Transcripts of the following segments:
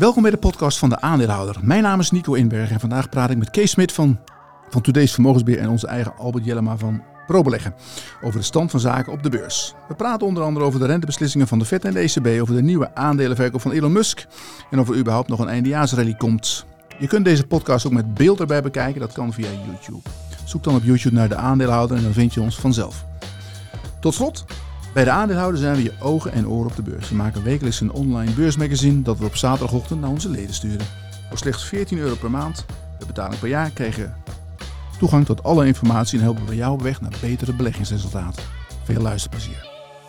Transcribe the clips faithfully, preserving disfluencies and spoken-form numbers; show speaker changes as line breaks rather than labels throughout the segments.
Welkom bij de podcast van de aandeelhouder. Mijn naam is Nico Inberg en vandaag praat ik met Kees Smit van, van Today's Vermogensbeheer en onze eigen Albert Jellema van ProBeleggen over de stand van zaken op de beurs. We praten onder andere over de rentebeslissingen van de Fed en de E C B, over de nieuwe aandelenverkoop van Elon Musk en of er überhaupt nog een eindejaarsrally komt. Je kunt deze podcast ook met beeld erbij bekijken, dat kan via YouTube. Zoek dan op YouTube naar de aandeelhouder en dan vind je ons vanzelf. Tot slot, bij de aandeelhouder zijn we je ogen en oren op de beurs. We maken wekelijks een online beursmagazine dat we op zaterdagochtend naar onze leden sturen. Voor slechts veertien euro per maand, de betaling per jaar, krijg je toegang tot alle informatie en helpen we jou op weg naar betere beleggingsresultaten. Veel luisterplezier.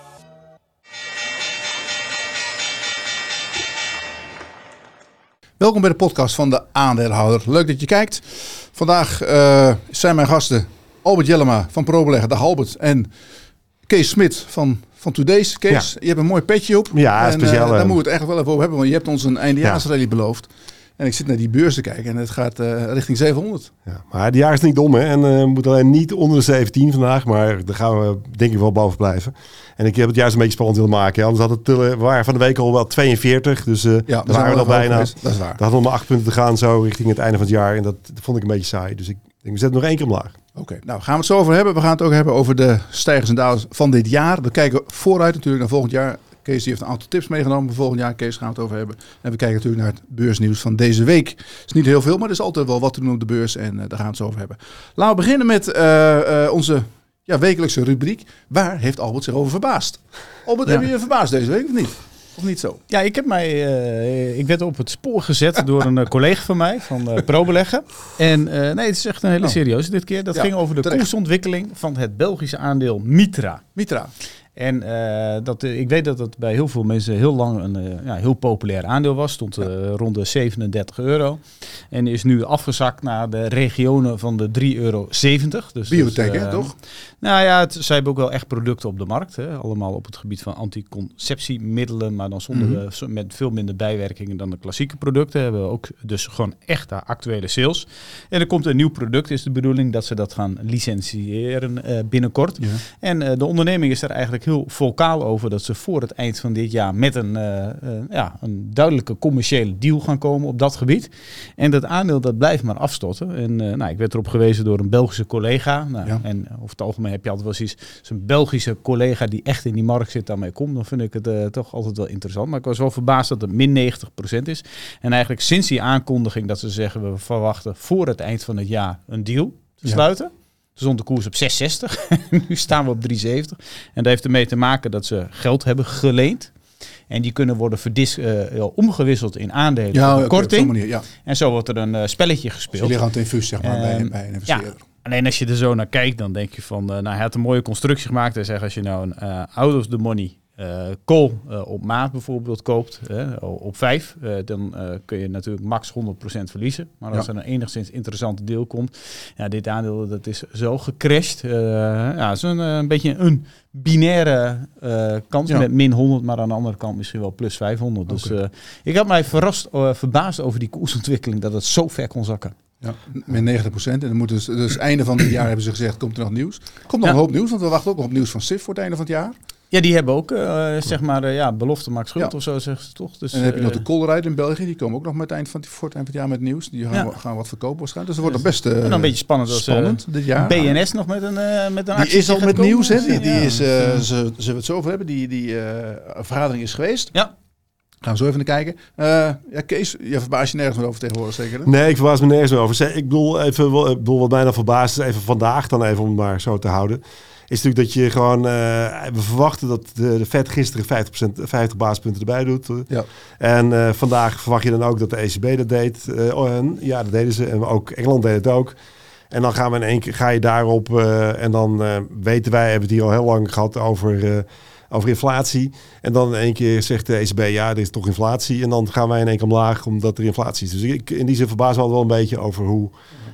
Welkom bij de podcast van de aandeelhouder. Leuk dat je kijkt. Vandaag uh, zijn mijn gasten Albert Jellema van ProBeleggen, de Albert, en Kees Smit van, van Today's. Kees, ja. Je hebt een mooi petje op.
Ja,
en,
speciaal.
Uh, daar moeten we het echt wel even over hebben, want je hebt ons een eindejaarsrally ja. beloofd. En ik zit naar die beurs te kijken en het gaat uh, richting zevenhonderd. Ja,
maar het jaar is niet dom, hè. En uh, we moeten alleen niet onder de zeventien vandaag, maar daar gaan we denk ik wel boven blijven. En ik heb het juist een beetje spannend willen maken. Anders had het, uh, we waren van de week al wel tweeënveertig, dus uh, ja, daar waren we nog bijna.
Dat is waar.
Daar hadden we nog acht punten te gaan zo richting het einde van het jaar. En dat, dat vond ik een beetje saai. Dus ik denk, we zetten nog één keer omlaag.
Oké, okay, nou gaan we het zo over hebben. We gaan het ook hebben over de stijgers en dalers van dit jaar. We kijken vooruit natuurlijk naar volgend jaar. Kees die heeft een aantal tips meegenomen voor volgend jaar. Kees gaan we het over hebben. En we kijken natuurlijk naar het beursnieuws van deze week. Het is niet heel veel, maar er is altijd wel wat te doen op de beurs. En uh, daar gaan we het zo over hebben. Laten we beginnen met uh, uh, onze ja, wekelijkse rubriek. Waar heeft Albert zich over verbaasd? Albert, ja. heb je je verbaasd deze week of niet? Of niet zo?
Ja, ik heb mij, uh, ik werd op het spoor gezet door een uh, collega van mij van uh, ProBeleggen. En uh, nee, het is echt een hele serieuze dit keer. Dat ja, ging over de terecht. koersontwikkeling van het Belgische aandeel Mitra.
Mitra.
En uh, dat, uh, ik weet dat het bij heel veel mensen heel lang een uh, ja, heel populair aandeel was. Stond uh, ja. rond de zevenendertig euro. En is nu afgezakt naar de regionen van de drie euro zeventig. Dus,
Biotech,
dus, uh,
hè, toch?
Nou ja, het, zij hebben ook wel echt producten op de markt. Hè. Allemaal op het gebied van anticonceptiemiddelen. Maar dan zonder mm-hmm. uh, met veel minder bijwerkingen dan de klassieke producten. Hebben we ook dus gewoon echte actuele sales. En er komt een nieuw product. Is de bedoeling dat ze dat gaan licentiëren uh, binnenkort. Ja. En uh, de onderneming is er eigenlijk heel vocaal over dat ze voor het eind van dit jaar met een, uh, uh, ja, een duidelijke commerciële deal gaan komen op dat gebied. En dat aandeel dat blijft maar afstotten. En uh, nou, ik werd erop gewezen door een Belgische collega. Nou, ja. En over het algemeen heb je altijd wel eens zo'n Belgische collega die echt in die markt zit daarmee komt. Dan vind ik het uh, toch altijd wel interessant. Maar ik was wel verbaasd dat het min negentig procent is. En eigenlijk sinds die aankondiging dat ze zeggen we verwachten voor het eind van het jaar een deal te sluiten. Ja. Toen stond de koers op zes zestig. Nu staan we op drie zeventig. En dat heeft ermee te maken dat ze geld hebben geleend. En die kunnen worden verdis, uh, omgewisseld in aandelen.
Ja,
okay, korting.
Manier, ja.
En zo wordt er een uh, spelletje gespeeld.
Ze liggen aan het infuus, zeg maar, um, bij, bij een investeerder.
Ja, alleen als je er zo naar kijkt, dan denk je van... Uh, nou, hij had een mooie constructie gemaakt. Hij zegt, als je nou een uh, out of the money... Uh, kool uh, op maat bijvoorbeeld koopt, uh, op vijf, uh, dan uh, kun je natuurlijk max honderd procent verliezen. Maar als ja. er een enigszins interessante deel komt, ja, dit aandeel dat is zo gecrashed. Uh, ja, het is een, een beetje een binaire uh, kans ja. met min honderd, maar aan de andere kant misschien wel plus vijfhonderd. Okay. Dus uh, ik had mij verrast, uh, verbaasd over die koersontwikkeling, dat het zo ver kon zakken.
Ja, met negentig procent. En dan moet dus, dus einde van het jaar hebben ze gezegd, komt er nog nieuws. Komt nog ja. een hoop nieuws, want we wachten ook nog op nieuws van S I F voor het einde van het jaar.
Ja, die hebben ook, uh, zeg maar, uh, ja, belofte maakt schuld ja. of zo, zeggen ze toch. Dus,
en dan heb je
uh,
nog de Colruyt in België, die komen ook nog met het eind van, voor het eind van het jaar met nieuws. Die gaan, ja. gaan wat verkopen waarschijnlijk. Dus het wordt nog best uh,
en dan een beetje spannend, als,
spannend uh, dit jaar.
B N S nog met een, uh, met een
die
actie.
is al met nieuws, hè? Die, die
ja.
is, uh, ze, zullen we het zo over hebben, die, die uh, vergadering is geweest.
Ja.
Gaan we zo even naar kijken. Uh, ja, Kees, je verbaast je nergens meer over tegenwoordig, zeker? Hè?
Nee, ik verbaas me nergens meer over. Ik bedoel, even, ik bedoel wat mij dan verbaast is even vandaag dan even om het maar zo te houden. Is natuurlijk dat je gewoon... Uh, we verwachten dat de, de Fed gisteren vijftig procent, vijftig basispunten erbij doet. Ja. En uh, vandaag verwacht je dan ook dat de E C B dat deed. Uh, en, ja, dat deden ze. En ook Engeland deed het ook. En dan gaan we in één keer, ga je daarop... Uh, en dan uh, weten wij, hebben het hier al heel lang gehad over... Uh, over inflatie. En dan in één keer zegt de E C B, ja, er is toch inflatie. En dan gaan wij in één keer omlaag, omdat er inflatie is. Dus ik, in die zin verbaas me wel een beetje over hoe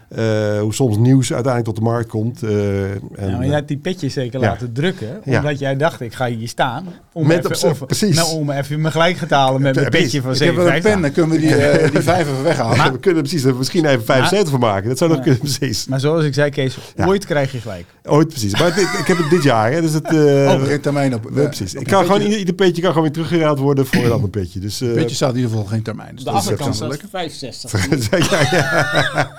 Uh, hoe soms nieuws uiteindelijk tot de markt komt. Uh, en,
ja, maar jij hebt die petjes zeker
ja.
laten drukken.
Ja.
Omdat jij dacht, ik ga hier staan. Om
met
even,
op, of, precies.
Nou, om even mijn gelijk te halen met mijn petje van
zevenenvijftig. Ik heb wel een pen, dan kunnen we die, uh, die vijf even weghalen.
Maar, we kunnen precies er misschien even vijfenzeventig van maken. Dat zou nog
ja.
kunnen, precies.
Maar zoals ik zei, Kees,
ja.
ooit krijg je gelijk.
Ooit, precies. Maar het, ik heb het dit jaar. Hè, dus het, uh,
oh, geen termijn op.
Uh, precies. Op ik kan gewoon, ieder, ieder petje kan gewoon weer teruggehaald worden voor een ander petje. Dus, uh,
petje staat in ieder geval geen termijn. Dus
de achterkant staat vijfenzestig.
ja, ja.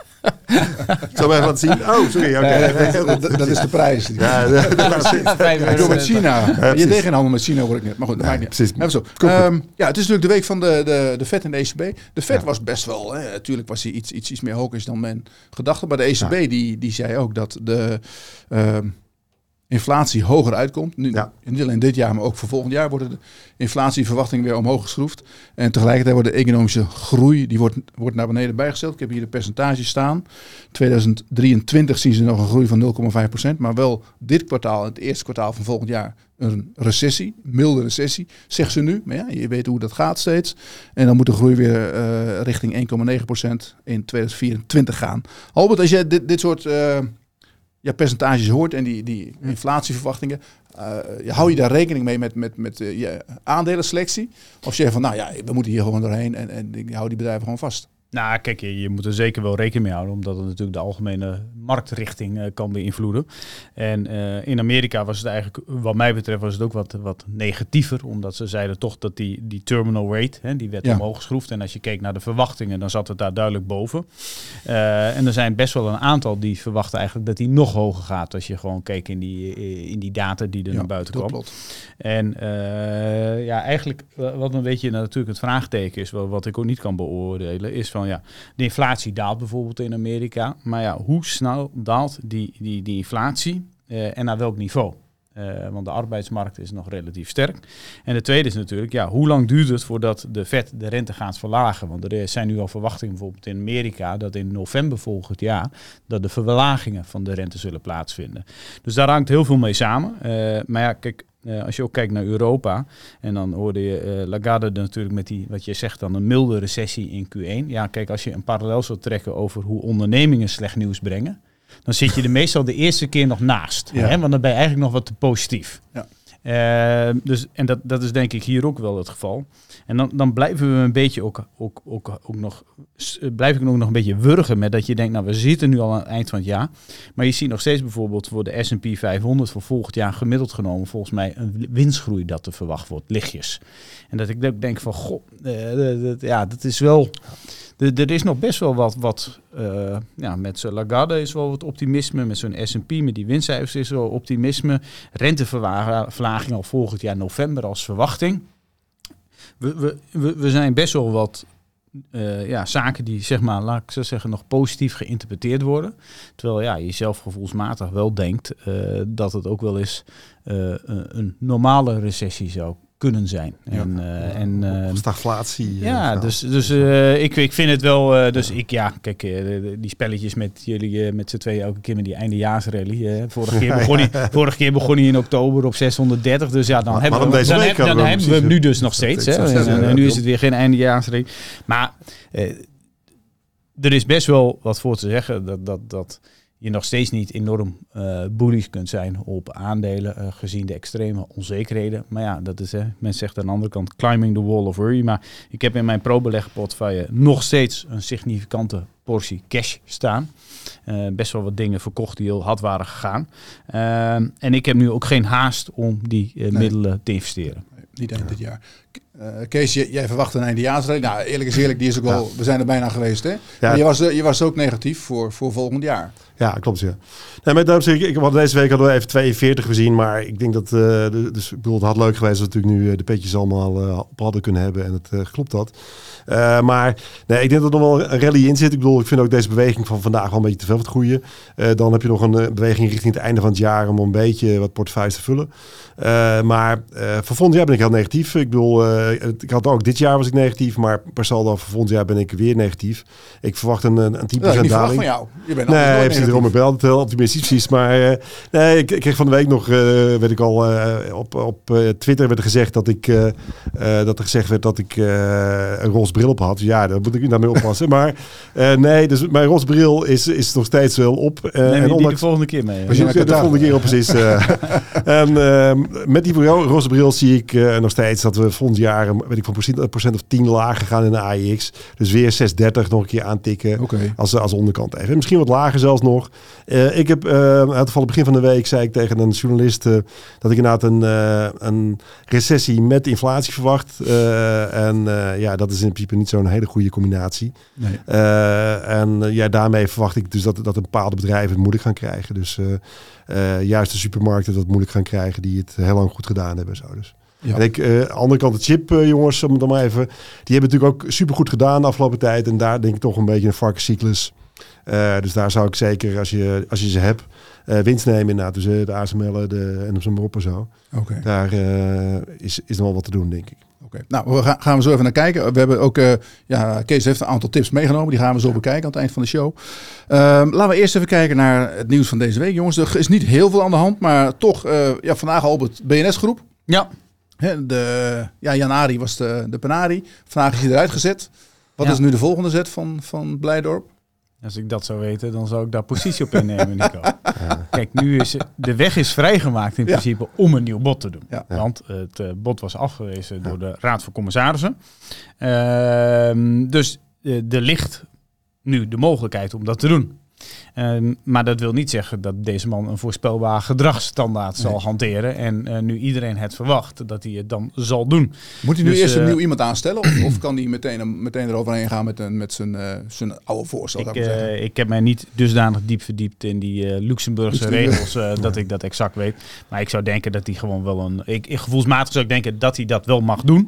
Zal ik even laten zien? Oh, sorry. Okay.
Uh, dat, dat is de prijs.
Ja, dat, dat is
ik doe met China. Ja, je deed geen handel met China, hoor ik net. Maar goed, dat
nee,
maakt niet.
Precies.
Even zo. Um, ja, het is natuurlijk de week van de, de, de Fed en de E C B. De Fed ja. was best wel, hè, natuurlijk was hij iets, iets, iets meer hawkish dan men gedacht had. Maar de E C B ja. die, die zei ook dat de um, inflatie hoger uitkomt. Nu, ja. Niet alleen dit jaar, maar ook voor volgend jaar worden de inflatieverwachtingen weer omhoog geschroefd. En tegelijkertijd wordt de economische groei, die wordt, wordt naar beneden bijgesteld. Ik heb hier de percentages staan. tweeduizend drieëntwintig zien ze nog een groei van nul komma vijf procent. Maar wel dit kwartaal, het eerste kwartaal van volgend jaar, een recessie. Milde recessie, zegt ze nu. Maar ja, je weet hoe dat gaat steeds. En dan moet de groei weer uh, richting één komma negen procent in tweeduizend vierentwintig gaan. Albert, als jij dit, dit soort... Uh, ja, percentages hoort en die, die inflatieverwachtingen. Uh, hou je daar rekening mee met, met, met uh, je aandelenselectie? Of zeg je van, nou ja, we moeten hier gewoon doorheen en, en ik hou die bedrijven gewoon vast?
Nou, kijk, je, je moet er zeker wel rekening mee houden, omdat het natuurlijk de algemene marktrichting uh, kan beïnvloeden. En uh, in Amerika was het eigenlijk, wat mij betreft, was het ook wat, wat negatiever, omdat ze zeiden toch dat die, die terminal rate, hè, die werd ja. omhoog geschroefd. En als je keek naar de verwachtingen, dan zat het daar duidelijk boven. Uh, en er zijn best wel een aantal die verwachten eigenlijk dat die nog hoger gaat, als je gewoon keek in die, in die data die er ja, naar buiten kwam. Plot. En uh, ja, eigenlijk, wat een beetje natuurlijk het vraagteken is, wat ik ook niet kan beoordelen, is van ja, de inflatie daalt bijvoorbeeld in Amerika. Maar ja, hoe snel daalt die, die, die inflatie uh, en naar welk niveau? Uh, want de arbeidsmarkt is nog relatief sterk. En de tweede is natuurlijk, ja, hoe lang duurt het voordat de Fed de rente gaat verlagen? Want er zijn nu al verwachtingen bijvoorbeeld in Amerika dat in november volgend jaar dat de verlagingen van de rente zullen plaatsvinden. Dus daar hangt heel veel mee samen. Uh, maar ja, kijk, Uh, als je ook kijkt naar Europa, en dan hoorde je uh, Lagarde natuurlijk met die, wat je zegt dan, een milde recessie in Q één. Ja, kijk, als je een parallel zou trekken over hoe ondernemingen slecht nieuws brengen, dan zit je er meestal de eerste keer nog naast. Ja. Hè? Want dan ben je eigenlijk nog wat te positief. Ja. Uh, dus, en dat, dat is denk ik hier ook wel het geval. En dan, dan blijven we een beetje ook, ook, ook, ook nog, blijf ik ook nog een beetje wurgen met dat je denkt, nou, we zitten nu al aan het eind van het jaar. Maar je ziet nog steeds bijvoorbeeld voor de S en P vijfhonderd voor volgend jaar gemiddeld genomen volgens mij een winstgroei dat er verwacht wordt, lichtjes. En dat ik denk van, goh, uh, dat, ja, dat is wel... Er is nog best wel wat, wat uh, ja, met zo'n Lagarde is wel wat optimisme, met zo'n S en P, met die winstcijfers is wel optimisme. Renteverlaging al volgend jaar november als verwachting. We, we, we zijn best wel wat uh, ja, zaken die, zeg maar, laat ik zo zeggen, nog positief geïnterpreteerd worden. Terwijl ja, je zelf gevoelsmatig wel denkt uh, dat het ook wel eens uh, een normale recessie zou kunnen zijn. En, ja, uh, en, uh,
stagflatie.
Ja,
uh,
dus, dus uh, ik, ik vind het wel... Uh, dus ik, ja, kijk, uh, die spelletjes met jullie, uh, met z'n tweeën elke keer met die eindejaarsrally. Uh, vorige, keer begon hij, vorige keer begon hij in oktober op zeshonderddertig. Dus ja, dan maar, hebben maar we, dan heb, dan hebben we hem nu dus nog steeds. Hè. En, en, en nu is het weer geen eindejaarsrally. Maar uh, er is best wel wat voor te zeggen dat... dat, dat je nog steeds niet enorm uh, bullish kunt zijn op aandelen, uh, gezien de extreme onzekerheden. Maar ja, dat is, hè, men zegt aan de andere kant climbing the wall of worry. Maar ik heb in mijn pro-beleggenportefeuille nog steeds een significante portie cash staan. Uh, best wel wat dingen verkocht die heel hard waren gegaan. Uh, en ik heb nu ook geen haast om die uh, nee. middelen te investeren.
Nee, niet eind dit jaar. Uh, Kees, jij verwacht een eindejaarsrally. Nou, eerlijk is eerlijk, die is ook wel. Ja. We zijn er bijna geweest, hè? Ja. Maar je was, je was ook negatief voor, voor volgend jaar.
Ja, klopt, ja. Nee, maar daarom zeg ik, ik had deze week hadden we even tweeënveertig gezien, maar ik denk dat, uh, de, dus ik bedoel, het had leuk geweest dat we natuurlijk nu de petjes allemaal uh, op hadden kunnen hebben en het uh, klopt had. Uh, maar nee, ik denk dat er nog wel een rally in zit. Ik bedoel, ik vind ook deze beweging van vandaag wel een beetje te veel van het goede. Uh, dan heb je nog een uh, beweging richting het einde van het jaar om een beetje wat portefeuilles te vullen. Uh, maar uh, voor volgend jaar ben ik heel negatief. Ik bedoel, uh, uh, ik had ook dit jaar was ik negatief, maar per saldo voor volgend jaar ben ik weer negatief. Ik verwacht een, een tien procent
ja,
daling.
Van jou. Je bent
nee, precies, daarom ik ben altijd heel optimistisch, precies. Maar uh, nee, ik, ik kreeg van de week nog, uh, werd ik al uh, op, op uh, Twitter werd er gezegd dat ik uh, uh, dat er gezegd werd dat ik uh, een roze bril op had. Ja, daar moet ik daarmee oppassen. Maar uh, nee, dus mijn roze bril is, is nog steeds wel op. Uh,
Neem je
en
die
ondanks,
de volgende keer mee?
We zien de volgende keer op precies. Uh, en uh, met die roze bril zie ik uh, nog steeds dat we volgend jaar, weet ik, van procent, procent of tien lager gaan in de A E X. Dus weer zes dertig nog een keer aantikken
okay.
als, als onderkant even. En misschien wat lager zelfs nog. Uh, ik heb, uh, uit het begin van de week zei ik tegen een journalist uh, dat ik inderdaad een, uh, een recessie met inflatie verwacht. Uh, en uh, ja, dat is in principe niet zo'n hele goede combinatie.
Nee.
Uh, en uh, ja, daarmee verwacht ik dus dat, dat een bepaalde bedrijven het moeilijk gaan krijgen. Dus uh, uh, juist de supermarkten dat moeilijk gaan krijgen die het heel lang goed gedaan hebben. Zo dus. Ja. En ik, uh, andere kant de chip uh, jongens, om dan maar even, die hebben natuurlijk ook supergoed gedaan de afgelopen tijd. En daar denk ik toch een beetje een varkenscyclus. Uh, dus daar zou ik zeker, als je, als je ze hebt, uh, winst nemen inderdaad. Dus uh, de A S M L'en de, en op zijn op en zo.
Okay.
Daar uh, is, is nog wel wat te doen, denk ik.
Oké, okay. Nou, we gaan, gaan we zo even naar kijken. We hebben ook, uh, ja, Kees heeft een aantal tips meegenomen. Die gaan we zo bekijken aan het eind van de show. Uh, laten we eerst even kijken naar het nieuws van deze week. Jongens, er is niet heel veel aan de hand, maar toch, uh, ja, vandaag al op het B N S-groep.
Ja.
He, de, ja, Janari was de, de Penari. Vandaag is hij eruit gezet. Wat ja. is nu de volgende zet van, van Blijdorp?
Als ik dat zou weten, dan zou ik daar positie op innemen, Nico. Ja. Kijk, nu is de weg is vrijgemaakt in principe ja. om een nieuw bod te doen. Ja. Want het uh, bod was afgewezen ja. door de Raad van Commissarissen. Uh, dus uh, er ligt nu de mogelijkheid om dat te doen. Uh, maar dat wil niet zeggen dat deze man een voorspelbaar gedragsstandaard zal nee. hanteren. En uh, nu iedereen het verwacht, dat hij het dan zal doen.
Moet hij nu
dus,
eerst
uh,
een nieuw iemand aanstellen? Of, of kan hij meteen, meteen eroverheen gaan met, een, met zijn, uh, zijn oude voorstel?
Ik, uh, ik heb mij niet dusdanig diep verdiept in die uh, Luxemburgse regels uh, dat ik dat exact weet. Maar ik zou denken dat hij gewoon wel een... Ik, ik, gevoelsmatig zou ik denken dat hij dat wel mag doen.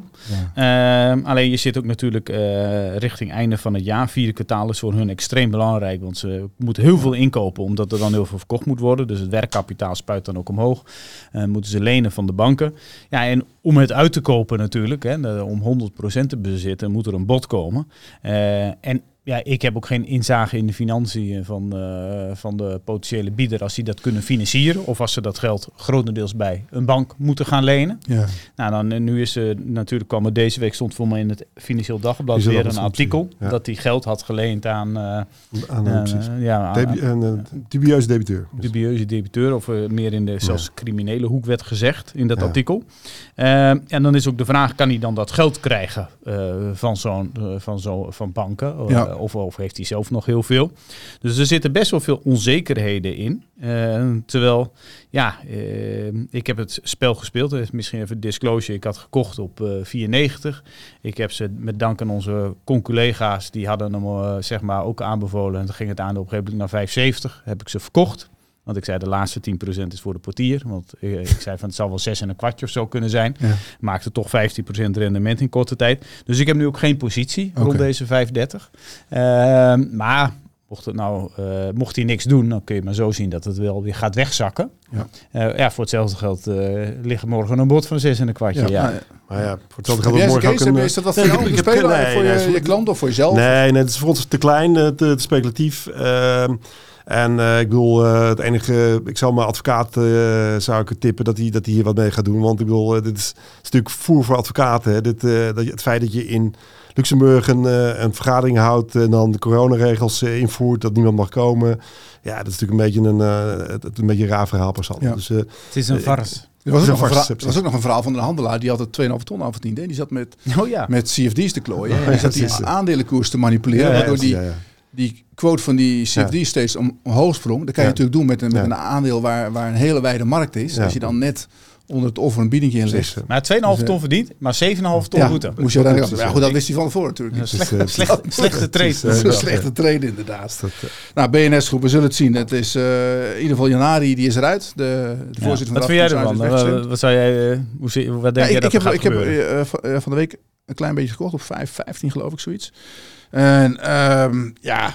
Ja. Uh, alleen je zit ook natuurlijk uh, richting einde van het jaar. Vierde kwartaal is voor hun extreem belangrijk. Want ze moeten heel veel inkopen, omdat er dan heel veel verkocht moet worden. Dus het werkkapitaal spuit dan ook omhoog. Uh, moeten ze lenen van de banken. Ja, en om het uit te kopen natuurlijk, hè, de, om honderd procent te bezitten, moet er een bod komen. Uh, en ja, ik heb ook geen inzage in de financiën van, uh, van de potentiële bieder als die dat kunnen financieren. Of als ze dat geld grotendeels bij een bank moeten gaan lenen. Ja. Nou, dan, nu is uh, natuurlijk kwam er deze week, stond voor mij in het Financieel Dagblad weer een artikel. Ja. Dat hij geld had geleend aan... Uh,
aan uh, uh, ja, aan, Debi- aan, uh, dubieuze debiteur.
Dubieuze debiteur, of uh, meer in de zelfs ja. criminele hoek werd gezegd in dat ja. artikel. Uh, en dan is ook de vraag, kan hij dan dat geld krijgen uh, van zo'n uh, van, zo, van banken? Uh, ja. Of, of heeft hij zelf nog heel veel. Dus er zitten best wel veel onzekerheden in. Uh, terwijl, ja, uh, ik heb het spel gespeeld. Misschien even disclosure. Ik had gekocht op uh, vier negentig. Ik heb ze met dank aan onze con-collega's, die hadden hem uh, zeg maar ook aanbevolen. En toen ging het aandeel op een gegeven moment naar vijf zeventig. Heb ik ze verkocht. Want ik zei de laatste tien procent is voor de portier. Want uh, ik zei van het zal wel zes en een kwartje of zo kunnen zijn. Ja. Maakte toch vijftien procent rendement in korte tijd. Dus ik heb nu ook geen positie okay. rond deze vijf dertig. Uh, maar mocht, het nou, uh, mocht hij niks doen, dan kun je maar zo zien dat het wel weer gaat wegzakken. Ja, uh, ja voor hetzelfde geld uh, ligt morgen een bod van zes en een kwartje. Ja, ja.
Maar, maar ja, voor hetzelfde geld morgen ook een...
Is dat wat voor jou om te spelen? Nee, voor je, nee, je klant of voor jezelf?
Nee, nee, het is voor ons te klein, te, te speculatief. Uh, En uh, ik bedoel, uh, het enige, ik zou mijn advocaat uh, zou ik tippen dat hij dat hij hier wat mee gaat doen. Want ik bedoel, uh, dit is, is natuurlijk voer voor advocaten. Hè. Dit, uh, dat je, het feit dat je in Luxemburg een, uh, een vergadering houdt en dan de coronaregels uh, invoert, dat niemand mag komen. Ja, dat is natuurlijk een beetje een, uh, het, een beetje een raar verhaal pas al.
Ja.
Dus, uh,
het is een farce.
Er was, ook nog een er was ook nog een verhaal van een handelaar die had er twee komma vijf ton aan verdiend. Hè. Die zat met,
oh ja.
met C F D's te klooien. Oh, ja, die zat die is, aandelenkoers te manipuleren. Ja, waardoor die, ja, ja. die quote van die C F D ja. steeds omhoog sprong. Dat kan je ja. natuurlijk doen met een, met ja. een aandeel waar, waar een hele wijde markt is. Ja. Als je dan net onder het offer een biedingje in ligt.
Maar twee komma vijf ton verdiend, maar zeven komma vijf ton
ja,
boete.
Moest je daar, ja, goed, dat wist hij van tevoren natuurlijk.
Ja, slechte, slechte, slechte trade.
Dat is een slechte trade inderdaad. Nou, B N S Groep, we zullen het zien. Het is uh, in ieder geval Janari, die is eruit. De, de voorzitter
ja.
van
de Wat vind jij ervan? Wat zou jij, uh, hoe, wat denk ja, jij
ik,
dat
ik heb,
gaat
ik heb uh, van de week een klein beetje gekocht op vijf vijftien geloof ik, zoiets. En um, ja...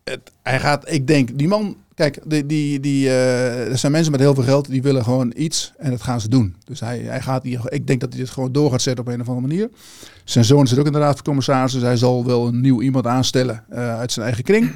het, hij gaat, ik denk, die man, kijk, die, die, die, uh, er zijn mensen met heel veel geld die willen gewoon iets en dat gaan ze doen. Dus hij, hij gaat hier, ik denk dat hij dit gewoon door gaat zetten op een of andere manier. Zijn zoon zit ook in de raad van commissarissen, dus hij zal wel een nieuw iemand aanstellen uh, uit zijn eigen kring,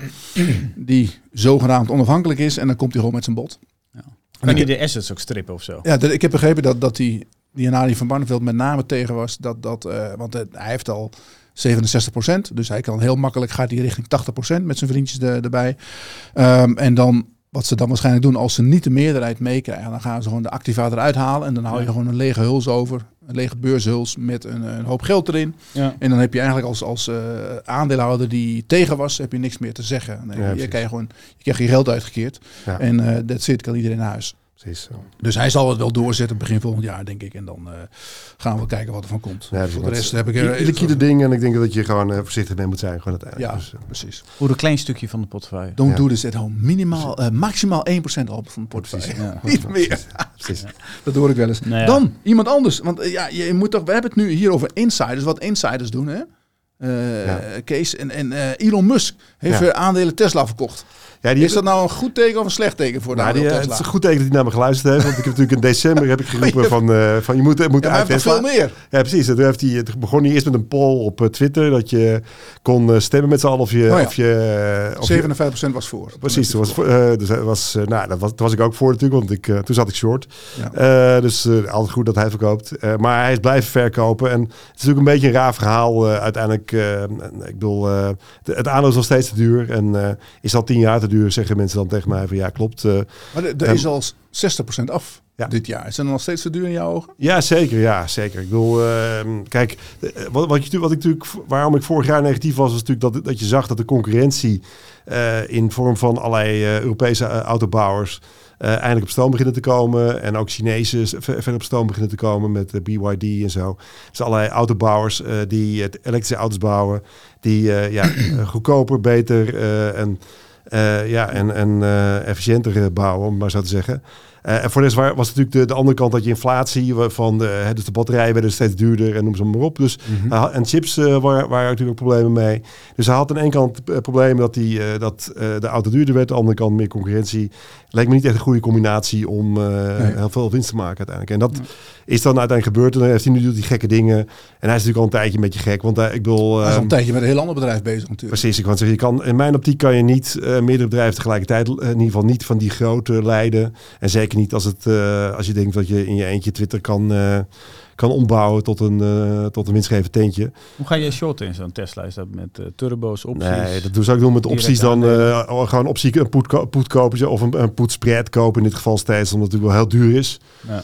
die zogenaamd onafhankelijk is en dan komt hij gewoon met zijn bod.
Ja. Kan hij de assets ook strippen of zo?
Ja, de, ik heb begrepen dat, dat die, die Arie van Barneveld met name tegen was, dat, dat, uh, want uh, hij heeft al zevenenzestig procent. Dus hij kan heel makkelijk, gaat hij richting tachtig procent met zijn vriendjes de, erbij. Um, en dan, wat ze dan waarschijnlijk doen, als ze niet de meerderheid meekrijgen, dan gaan ze gewoon de activa eruit halen. En dan hou je ja. gewoon een lege huls over. Een lege beurshuls met een, een hoop geld erin. Ja. En dan heb je eigenlijk als, als uh, aandeelhouder die tegen was, heb je niks meer te zeggen. Nee, ja, je krijgt gewoon je krijgt je geld uitgekeerd. Ja. En uh, dat zit, kan iedereen naar huis.
Precies.
Dus hij zal het wel doorzetten begin volgend jaar, denk ik. En dan uh, gaan we kijken wat er van komt.
Ja,
voor de rest heb ik
er liquide ding en ik denk dat je gewoon uh, voorzichtig mee moet zijn. Gewoon uiteindelijk.
Ja,
dus, uh,
precies.
Voor een klein stukje van de portefeuille.
Don't
ja.
do this at home. Minimaal, uh, maximaal één procent al van de portefeuille. Ja. Niet meer. Precies. Precies. Dat hoor ik wel eens. Nou ja. Dan iemand anders. Want uh, ja, je moet toch. We hebben het nu hier over insiders. Wat insiders doen, hè? Uh, ja. Kees en, en uh, Elon Musk heeft ja. aandelen Tesla verkocht. Ja, die is dat nou een goed teken of een slecht teken voor de
nou, die,
Tesla?
Het is een goed teken dat hij naar me geluisterd heeft. Want ik heb natuurlijk in december heb ik geroepen van, uh, van je moet, moet
ja, uit Tesla. Veel meer.
Ja, precies. Toen heeft hij, het begon hij eerst met een poll op uh, Twitter. Dat je kon stemmen met z'n allen of je... Oh ja. of je of
zevenenvijftig procent was voor.
Precies. Was, uh, dus was, uh, nou, dat was, daar was ik ook voor natuurlijk. Want ik, uh, toen zat ik short. Ja. Uh, dus uh, altijd goed dat hij verkoopt. Uh, maar hij is blijven verkopen. En het is natuurlijk een beetje een raar verhaal. Uh, uiteindelijk, uh, ik bedoel, uh, het, het aandeel is nog steeds te duur. En uh, is al tien jaar te duur, zeggen mensen dan tegen mij van ja, klopt. Uh,
maar er is al zestig procent af ja. dit jaar. Is dat nog steeds te duur in jouw ogen?
Ja, zeker. Ja, zeker. Ik bedoel, uh, kijk, wat, wat, je, wat ik natuurlijk, waarom ik vorig jaar negatief was, was natuurlijk dat, dat je zag dat de concurrentie uh, in vorm van allerlei uh, Europese uh, autobouwers Uh, eindelijk op stoom beginnen te komen. En ook Chinezen verder op stoom beginnen te komen met uh, B Y D en zo. Dus allerlei autobouwers uh, die uh, elektrische auto's bouwen. Die uh, ja, uh, goedkoper, beter uh, en, uh, ja, en, en uh, efficiënter bouwen, om het maar zo te zeggen. Uh, en voor de rest was natuurlijk de, de andere kant dat je inflatie van de, hè, dus de batterijen werden steeds duurder en noem ze maar op. Dus, mm-hmm. uh, en chips uh, waren, waren natuurlijk ook problemen mee. Dus hij had aan de ene kant uh, problemen dat, die, uh, dat uh, de auto duurder werd. Aan de andere kant meer concurrentie. Lijkt me niet echt een goede combinatie om uh, nee. heel veel winst te maken uiteindelijk. En dat ja. is dan uiteindelijk gebeurd. En dan heeft hij nu doet die gekke dingen. En hij is natuurlijk al een tijdje een beetje gek. Want uh, ik bedoel, uh,
hij is al een tijdje met een heel ander bedrijf bezig natuurlijk.
Precies, ik kan zeggen, je kan, in mijn optiek kan je niet uh, meerdere bedrijven tegelijkertijd, uh, in ieder geval niet van die grote leiden. En zeker niet als het uh, als je denkt dat je in je eentje Twitter kan, uh, kan ombouwen tot een, uh, tot een winstgevend tentje.
Hoe ga je shorten in zo'n Tesla? Is dat met uh, turbo's, opties?
Nee, dat zou ik doen met opties dan uh, gewoon optie een put, ko- put kopen of een, een put spread kopen in dit geval steeds, omdat het natuurlijk wel heel duur is.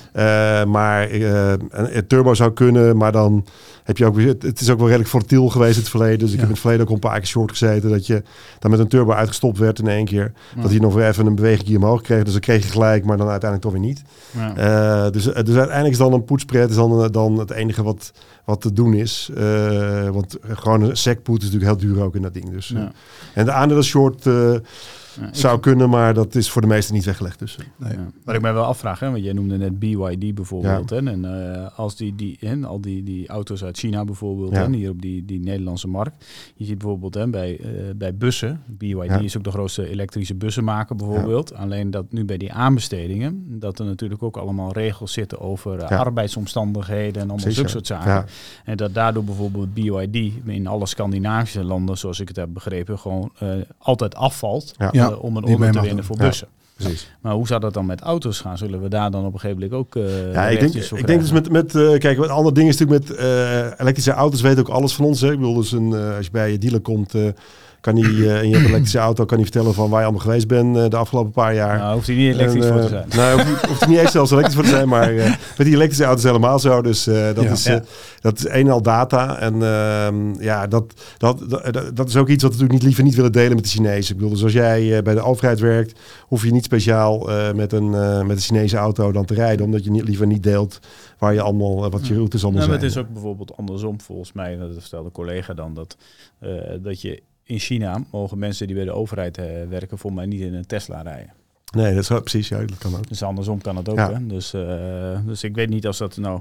Ja. Uh, maar uh, een, een turbo zou kunnen, maar dan heb je ook weer, het is ook wel redelijk volatiel geweest in het verleden. Dus ik ja. heb in het verleden ook al een paar keer short gezeten dat je dan met een turbo uitgestopt werd in één keer. Ja. Dat hij nog weer even een beweging omhoog kreeg. Dus dan kreeg je gelijk, maar dan uiteindelijk toch weer niet. Ja. Uh, dus, dus uiteindelijk is dan een put spread is dan, dan het enige wat, wat te doen is. Uh, want gewoon een sec put is natuurlijk heel duur ook in dat ding. Dus, ja. uh, en de aandelen short uh, ja, zou ik... kunnen, maar dat is voor de meesten niet weggelegd. Dus.
Nee. Ja. Wat ik mij wel afvraag, hè, want jij noemde net B Y D bijvoorbeeld. Ja. Hè, en uh, als die, die, hè, al die, die auto's uit China bijvoorbeeld, ja. hè, hier op die, die Nederlandse markt. Je ziet bijvoorbeeld hè, bij, uh, bij bussen, B Y D ja. is ook de grootste elektrische bussenmaker bijvoorbeeld. Ja. Alleen dat nu bij die aanbestedingen, dat er natuurlijk ook allemaal regels zitten over uh, ja. arbeidsomstandigheden en allemaal zulke soort zaken. Ja. En dat daardoor bijvoorbeeld B Y D in alle Scandinavische landen, zoals ik het heb begrepen, gewoon uh, altijd afvalt. Ja. Uh, om een order te winnen voor bussen. Ja, precies. Maar hoe zou dat dan met auto's gaan? Zullen we daar dan op een gegeven moment ook uh,
ja, ik denk, ik denk dus met, met uh, kijk, wat andere dingen is natuurlijk met uh, elektrische auto's weten ook alles van ons. Hè? Ik bedoel, dus een, uh, als je bij je dealer komt, uh, kan hij uh, en je hebt een elektrische auto, kan hij vertellen van waar je allemaal geweest bent uh, de afgelopen paar jaar.
Nou, hoeft hij niet elektrisch en, uh, voor te zijn.
Nou, hoeft, hoeft hij niet eens zelfs elektrisch voor te zijn, maar uh, met die elektrische auto's helemaal zo. Dus uh, dat, ja. is, uh, ja. dat is een en al data. En uh, ja, dat, dat, dat, dat is ook iets wat we natuurlijk niet liever niet willen delen met de Chinezen. Ik bedoel, dus als jij uh, bij de overheid werkt, hoef je niet speciaal uh, met, een, uh, met een Chinese auto dan te rijden, omdat je niet, liever niet deelt waar je allemaal, uh, wat je routes allemaal
nou,
zijn.
Het is ook bijvoorbeeld andersom volgens mij, dat vertelde een collega dan, dat, uh, dat je in China mogen mensen die bij de overheid uh, werken voor mij niet in een Tesla rijden.
Nee, dat is precies, ja, dat kan ook.
Dus andersom kan het ook.
Ja.
Hè? Dus, uh, dus ik weet niet als dat nou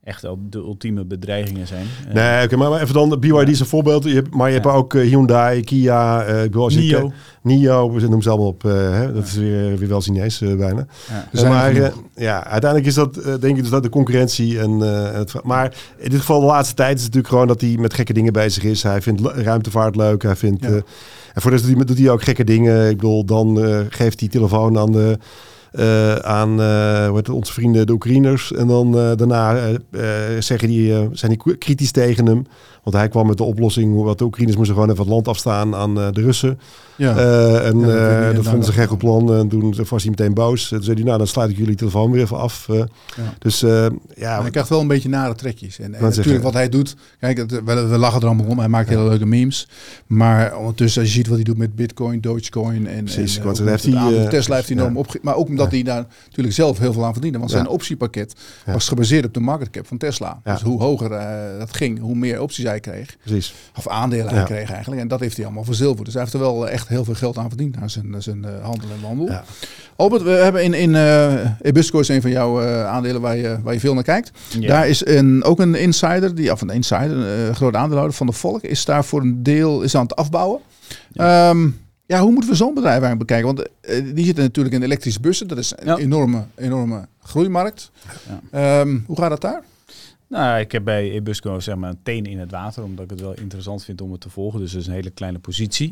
echt al de ultieme bedreigingen zijn.
Nee, oké, okay, maar even dan, B Y D is een voorbeeld. Je hebt, maar je ja. hebt ook uh, Hyundai, Kia, uh, ik bedoel,
Nio.
Je, Nio, we noemen ze allemaal op. Uh, hè, dat ja. is weer, weer wel Chinees uh, bijna. Ja. Uh, maar uh, ja, uiteindelijk is dat, uh, denk ik, dus dat de concurrentie. En, uh, het, maar in dit geval de laatste tijd is het natuurlijk gewoon dat hij met gekke dingen bezig is. Hij vindt ruimtevaart leuk. Hij vindt, ja. uh, en voor de rest doet hij ook gekke dingen. Ik bedoel, dan uh, geeft hij telefoon aan de... Uh, aan uh, hoe heet het, onze vrienden de Oekraïners. En dan uh, daarna uh, uh, zeggen die, uh, zijn die kritisch tegen hem. Want hij kwam met de oplossing... hoe wat de Oekraïners moesten gewoon even het land afstaan aan uh, de Russen. Ja. Uh, en ja, dat, uh, dat vonden ze geen goed plan. En toen was hij meteen boos. Toen zei hij, nou dan sluit ik jullie telefoon weer even af. Uh, ja. Dus uh, ja...
Maar hij krijgt wel een beetje nare trekjes. En, en natuurlijk wat hij doet... Kijk, het, we, we lachen er allemaal om. Hij maakt ja. hele leuke memes. Maar ondertussen, als je ziet wat hij doet met Bitcoin, Dogecoin... en,
Precies,
en
uh,
heeft
heeft hij, uh,
Tesla heeft hij enorm ja. opge... Maar ook omdat ja. hij daar natuurlijk zelf heel veel aan verdiende. Want ja. zijn optiepakket ja. was gebaseerd op de market cap van Tesla. Ja. Dus hoe hoger uh, dat ging, hoe meer opties hij kreeg.
Precies.
Of aandelen ja. hij kreeg eigenlijk. En dat heeft hij allemaal verzilverd. Dus hij heeft er wel echt heel veel geld aan verdiend aan zijn, zijn uh, handel en wandel. Ja. Albert, we hebben in, in uh, Ebusco is een van jouw uh, aandelen waar je, waar je veel naar kijkt. Ja. Daar is een, ook een insider, die, of een insider, een uh, groot aandeelhouder van de Volk, is daar voor een deel is aan het afbouwen. Ja. Um, Ja, hoe moeten we zo'n bedrijf eigenlijk bekijken? Want uh, die zitten natuurlijk in elektrische bussen. Dat is een ja. enorme, enorme groeimarkt. Ja. Um, hoe gaat het daar?
Nou, ik heb bij Ebusco zeg maar een teen in het water, omdat ik het wel interessant vind om het te volgen. Dus dat is een hele kleine positie.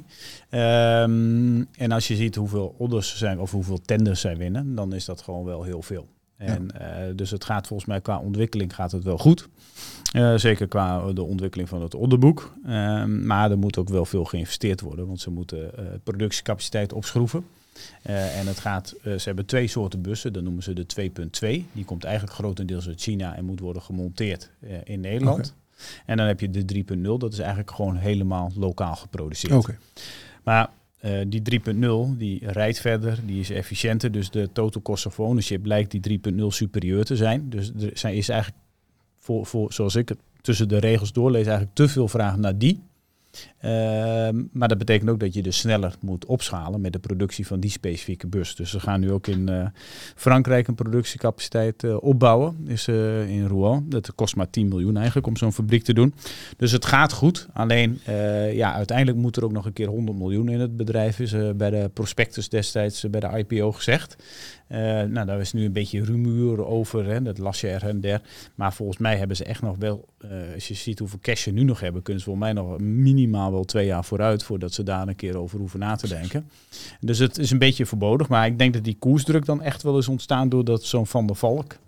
Um, en als je ziet hoeveel orders zijn of hoeveel tenders zij winnen, dan is dat gewoon wel heel veel. En ja. uh, dus het gaat volgens mij qua ontwikkeling gaat het wel goed. Uh, zeker qua de ontwikkeling van het orderboek. Uh, maar er moet ook wel veel geïnvesteerd worden, want ze moeten uh, productiecapaciteit opschroeven. Uh, en het gaat, uh, ze hebben twee soorten bussen, dat noemen ze de twee punt twee. Die komt eigenlijk grotendeels uit China en moet worden gemonteerd uh, in Nederland. Okay. En dan heb je de drie punt nul, dat is eigenlijk gewoon helemaal lokaal geproduceerd. Okay. Maar uh, die drie punt nul die rijdt verder, die is efficiënter. Dus de total cost of ownership lijkt die drie punt nul superieur te zijn. Dus er zijn, is eigenlijk, voor, voor, zoals ik het tussen de regels doorlees, eigenlijk te veel vraag naar die. Uh, maar dat betekent ook dat je dus sneller moet opschalen met de productie van die specifieke bus. Dus ze gaan nu ook in uh, Frankrijk een productiecapaciteit uh, opbouwen, is uh, in Rouen. Dat kost maar tien miljoen eigenlijk om zo'n fabriek te doen. Dus het gaat goed. Alleen uh, ja, uiteindelijk moet er ook nog een keer honderd miljoen in het bedrijf, is uh, bij de prospectus destijds uh, bij de I P O gezegd. Uh, nou, daar is nu een beetje rumoer over, hè, dat las je er en der. Maar volgens mij hebben ze echt nog wel, uh, als je ziet hoeveel cash ze nu nog hebben, kunnen ze volgens mij nog minimaal wel twee jaar vooruit voordat ze daar een keer over hoeven na te denken. Dus het is een beetje verbodig, maar ik denk dat die koersdruk dan echt wel is ontstaan doordat zo'n Van der Valk,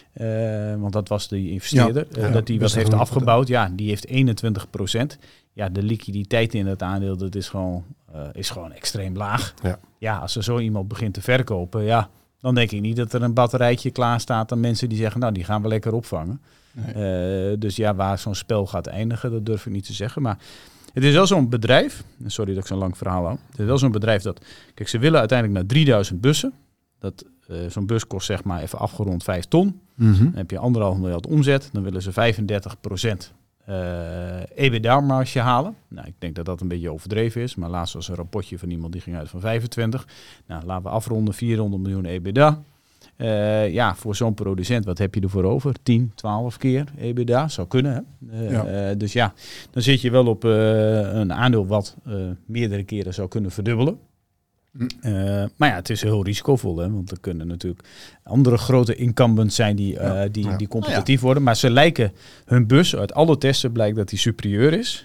uh, want dat was die investeerder, ja, uh, ja, dat die wat heeft afgebouwd. Ja, die heeft eenentwintig procent. Ja, de liquiditeit in het aandeel, dat is gewoon, uh, is gewoon extreem laag. Ja. ja, als er zo iemand begint te verkopen, ja, dan denk ik niet dat er een batterijtje klaar staat aan mensen die zeggen, nou, die gaan we lekker opvangen. Nee. Uh, dus ja, waar zo'n spel gaat eindigen, dat durf ik niet te zeggen. Maar het is wel zo'n bedrijf, sorry dat ik zo'n lang verhaal hou. Het is wel zo'n bedrijf dat, kijk, ze willen uiteindelijk naar drieduizend bussen. Dat, uh, zo'n bus kost zeg maar even afgerond vijf ton. Mm-hmm. Dan heb je anderhalf miljard omzet. Dan willen ze vijfendertig procent uh, EBITDA-marge halen. Nou, ik denk dat dat een beetje overdreven is. Maar laatst was een rapportje van iemand die ging uit van vijfentwintig. Nou, laten we afronden, vierhonderd miljoen EBITDA. Uh, ja, voor zo'n producent, wat heb je ervoor over? tien, twaalf keer EBITDA, zou kunnen. Hè? Uh, ja. Uh, dus ja, dan zit je wel op uh, een aandeel wat uh, meerdere keren zou kunnen verdubbelen. Mm. Uh, maar ja, het is heel risicovol, hè? Want er kunnen natuurlijk andere grote incumbents zijn die, uh, ja. die, die competitief nou ja. worden. Maar ze lijken, hun bus, uit alle testen blijkt dat die superieur is.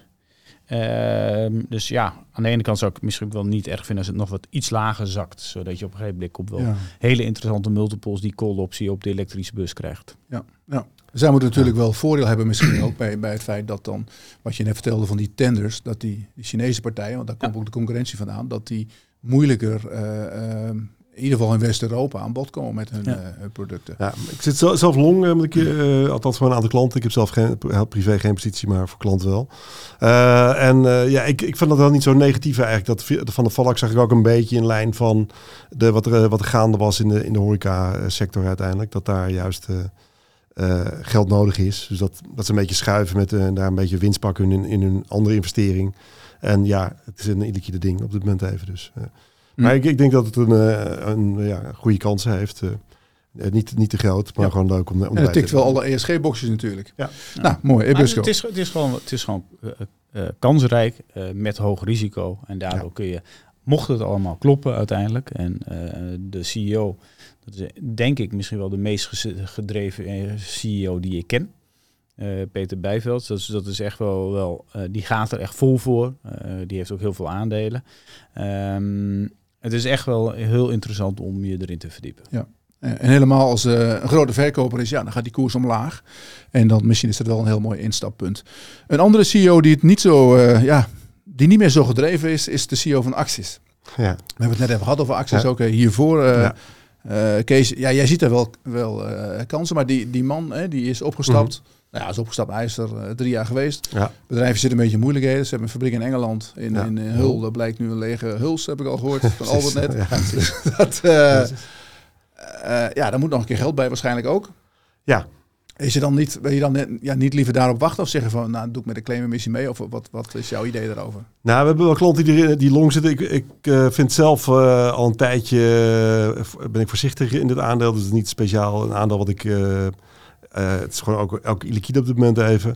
Uh, dus ja, aan de ene kant zou ik misschien wel niet erg vinden als het nog wat iets lager zakt. Zodat je op een gegeven blik op wel ja. hele interessante multiples die call optie op de elektrische bus krijgt.
Ja, ja. Zij moeten natuurlijk ja. wel voordeel hebben misschien ook bij, bij het feit dat dan, wat je net vertelde van die tenders, dat die, die Chinese partijen, want daar komt ja. ook de concurrentie vandaan, dat die moeilijker uh, uh, in ieder geval in West-Europa aan bod komen met hun ja. uh, producten.
Ja, ik zit zelf long, uh, ik, uh, althans voor een aantal klanten. Ik heb zelf geen, privé geen positie, maar voor klanten wel. Uh, en uh, ja, ik, ik vind dat wel niet zo negatief eigenlijk. Dat Van der Valk zag ik ook een beetje in lijn van de, wat, er, wat er gaande was in de, in de horeca-sector uiteindelijk. Dat daar juist uh, uh, geld nodig is. Dus dat, dat ze een beetje schuiven met uh, daar een beetje winst pakken in, in hun andere investering. En ja, het is een illiquide ding op dit moment even dus. Uh. Maar ik, ik denk dat het een, een ja, goede kansen heeft. Uh, Uh, niet, niet te groot, maar ja. gewoon leuk om, om
en het tikt wel alle E S G-boxjes natuurlijk. Ja. Nou,
ja.
mooi. Ebusco.
Het is, het is gewoon, het is gewoon uh, uh, kansrijk uh, met hoog risico. En daardoor ja. kun je, mocht het allemaal kloppen uiteindelijk. En uh, de C E O, dat is denk ik misschien wel de meest gedreven C E O die ik ken. Uh, Peter Bijveld, dat is, dat is echt wel, wel uh, die gaat er echt vol voor. Uh, die heeft ook heel veel aandelen. Um, het is echt wel heel interessant om je erin te verdiepen.
Ja. En helemaal als uh, een grote verkoper is, ja, dan gaat die koers omlaag. En dan misschien is dat wel een heel mooi instappunt. Een andere C E O die het niet zo, uh, ja, die niet meer zo gedreven is, is de C E O van Actis. Ja. We hebben het net even gehad over Actis, ja. ook uh, hiervoor. Uh, ja. Uh, Kees, ja, jij ziet er wel, wel uh, kansen, maar die, die man, hè, die is opgestapt. Mm-hmm. Nou ja, is opgestapt, hij is er uh, drie jaar geweest. Ja. Bedrijven zitten een beetje in moeilijkheden. Ze hebben een fabriek in Engeland, in, ja. in, in Hull. Dat blijkt nu een lege Huls, heb ik al gehoord, van Albert net. Ja, dat, uh, uh, ja, daar moet nog een keer geld bij waarschijnlijk ook.
Ja.
Is je dan niet, wil je dan net, ja, niet liever daarop wachten of zeggen van, nou, doe ik met de claimemissie mee? Of wat, wat is jouw idee daarover?
Nou, we hebben wel klanten die, die long zitten. Ik, ik uh, vind zelf uh, al een tijdje, uh, ben ik voorzichtig in dit aandeel. Dus het is niet speciaal een aandeel wat ik... Uh, Uh, het is gewoon ook, ook illiquide op dit moment even.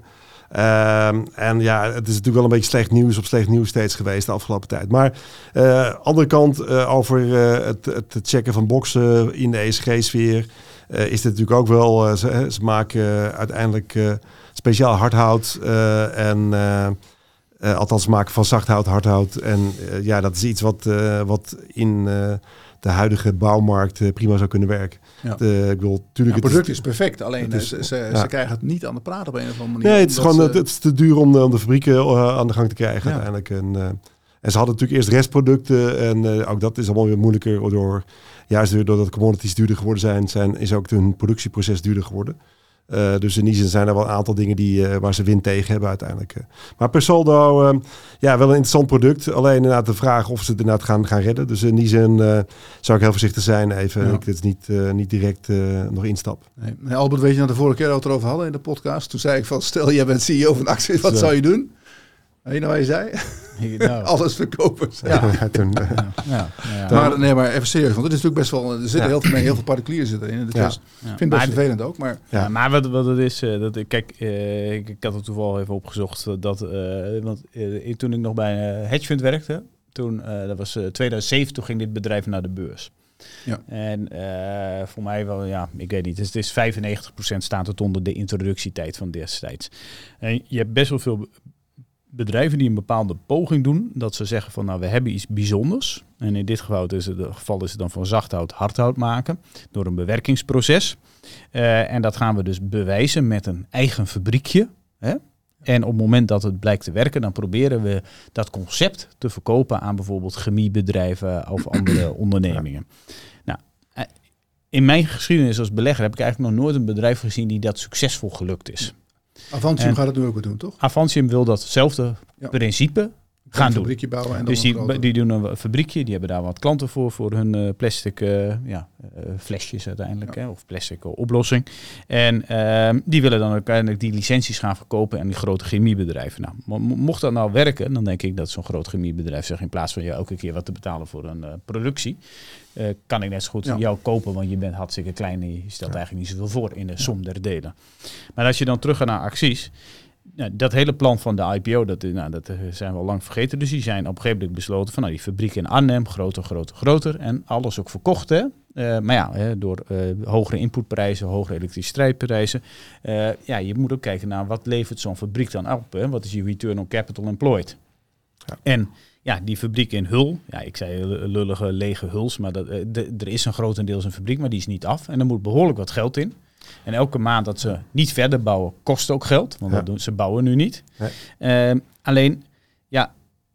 Uh, en ja, het is natuurlijk wel een beetje slecht nieuws op slecht nieuws steeds geweest de afgelopen tijd. Maar uh, andere kant uh, over uh, het, het checken van boxen in de E S G-sfeer uh, is dit natuurlijk ook wel. Uh, ze, ze maken uh, uiteindelijk uh, speciaal hardhout uh, en uh, uh, althans maken van zachthout hardhout. En uh, ja, dat is iets wat, uh, wat in uh, de huidige bouwmarkt uh, prima zou kunnen werken. Ja. De, ik wil,
ja, het product is, is perfect, alleen is, ze, ze, ja. ze krijgen het niet aan de praat op een of andere manier.
Nee, het is gewoon ze... het is te duur om de, om de fabrieken uh, aan de gang te krijgen ja. uiteindelijk. En, uh, en ze hadden natuurlijk eerst restproducten en uh, ook dat is allemaal weer moeilijker door, juist doordat commodities duurder geworden zijn, zijn is ook hun productieproces duurder geworden. Uh, dus in die zin zijn er wel een aantal dingen die, uh, waar ze wind tegen hebben uiteindelijk. Uh. Maar per saldo, uh, ja, wel een interessant product. Alleen inderdaad de vraag of ze het inderdaad gaan, gaan redden. Dus in die zin uh, zou ik heel voorzichtig zijn. Even, ja. ik dit niet, uh, niet direct uh, nog instap.
Nee. Nee, Albert, weet je nou de vorige keer dat we het erover hadden in de podcast? Toen zei ik van, stel jij bent C E O van Actis, wat Zo. zou je doen? Weet je nou wat je zei? Nou. Alles verkopen.
Ja. Ja, toen, uh,
ja. Ja. Maar, nee, maar even serieus, want het is natuurlijk best wel... Er zitten ja. heel veel mee, heel veel particulieren zitten erin. Dus ja. Ik vind het best vervelend ook. Maar,
ja. Ja, maar wat, wat het is... Uh, dat, kijk, uh, ik, ik had het toevallig even opgezocht. Dat, uh, want uh, toen ik nog bij een uh, hedgefund werkte... Toen, uh, dat was uh, tweeduizend zeven, toen ging dit bedrijf naar de beurs. Ja. En uh, voor mij wel, ja, ik weet niet. Het is, het is vijfennegentig procent staat het onder de introductietijd van destijds. En je hebt best wel veel... bedrijven die een bepaalde poging doen, dat ze zeggen van nou we hebben iets bijzonders. En in dit geval is het, het geval is het dan van zachthout hardhout maken door een bewerkingsproces. Uh, en dat gaan we dus bewijzen met een eigen fabriekje. Hè? En op het moment dat het blijkt te werken, dan proberen we dat concept te verkopen aan bijvoorbeeld chemiebedrijven of andere ondernemingen. Nou, uh, in mijn geschiedenis als belegger heb ik eigenlijk nog nooit een bedrijf gezien die dat succesvol gelukt is.
Avantium en gaat het nu ook weer doen, toch?
Avantium wil datzelfde ja. principe gaan
een
doen.
Fabriekje bouwen en
dus die, die doen een fabriekje, die hebben daar wat klanten voor, voor hun uh, plastic uh, ja, uh, flesjes uiteindelijk, ja. hè, of plastic uh, oplossing. En uh, die willen dan uiteindelijk die licenties gaan verkopen aan die grote chemiebedrijven. Nou, mo- mocht dat nou werken, dan denk ik dat zo'n groot chemiebedrijf zegt in plaats van je elke keer wat te betalen voor een uh, productie, Uh, kan ik net zo goed ja. jou kopen, want je bent hartstikke klein en je stelt ja. eigenlijk niet zoveel voor in de som der delen. Maar als je dan terug gaat naar Actis, nou, dat hele plan van de I P O, dat, nou, dat zijn we al lang vergeten. Dus die zijn op een gegeven moment besloten van nou, die fabriek in Arnhem, groter, groter, groter. En alles ook verkocht, hè. Uh, maar ja, hè, door uh, hogere inputprijzen, hogere elektriciteitsprijzen. Uh, ja, je moet ook kijken naar wat levert zo'n fabriek dan op. Hè? Wat is je return on capital employed? Ja. En ja, die fabriek in Hull, ja, ik zei lullige lege Huls, maar dat, de, er is een grotendeels een fabriek, maar die is niet af. En er moet behoorlijk wat geld in. En elke maand dat ze niet verder bouwen, kost ook geld, want ja. dat doen, ze bouwen nu niet. Nee. Uh, alleen, ja,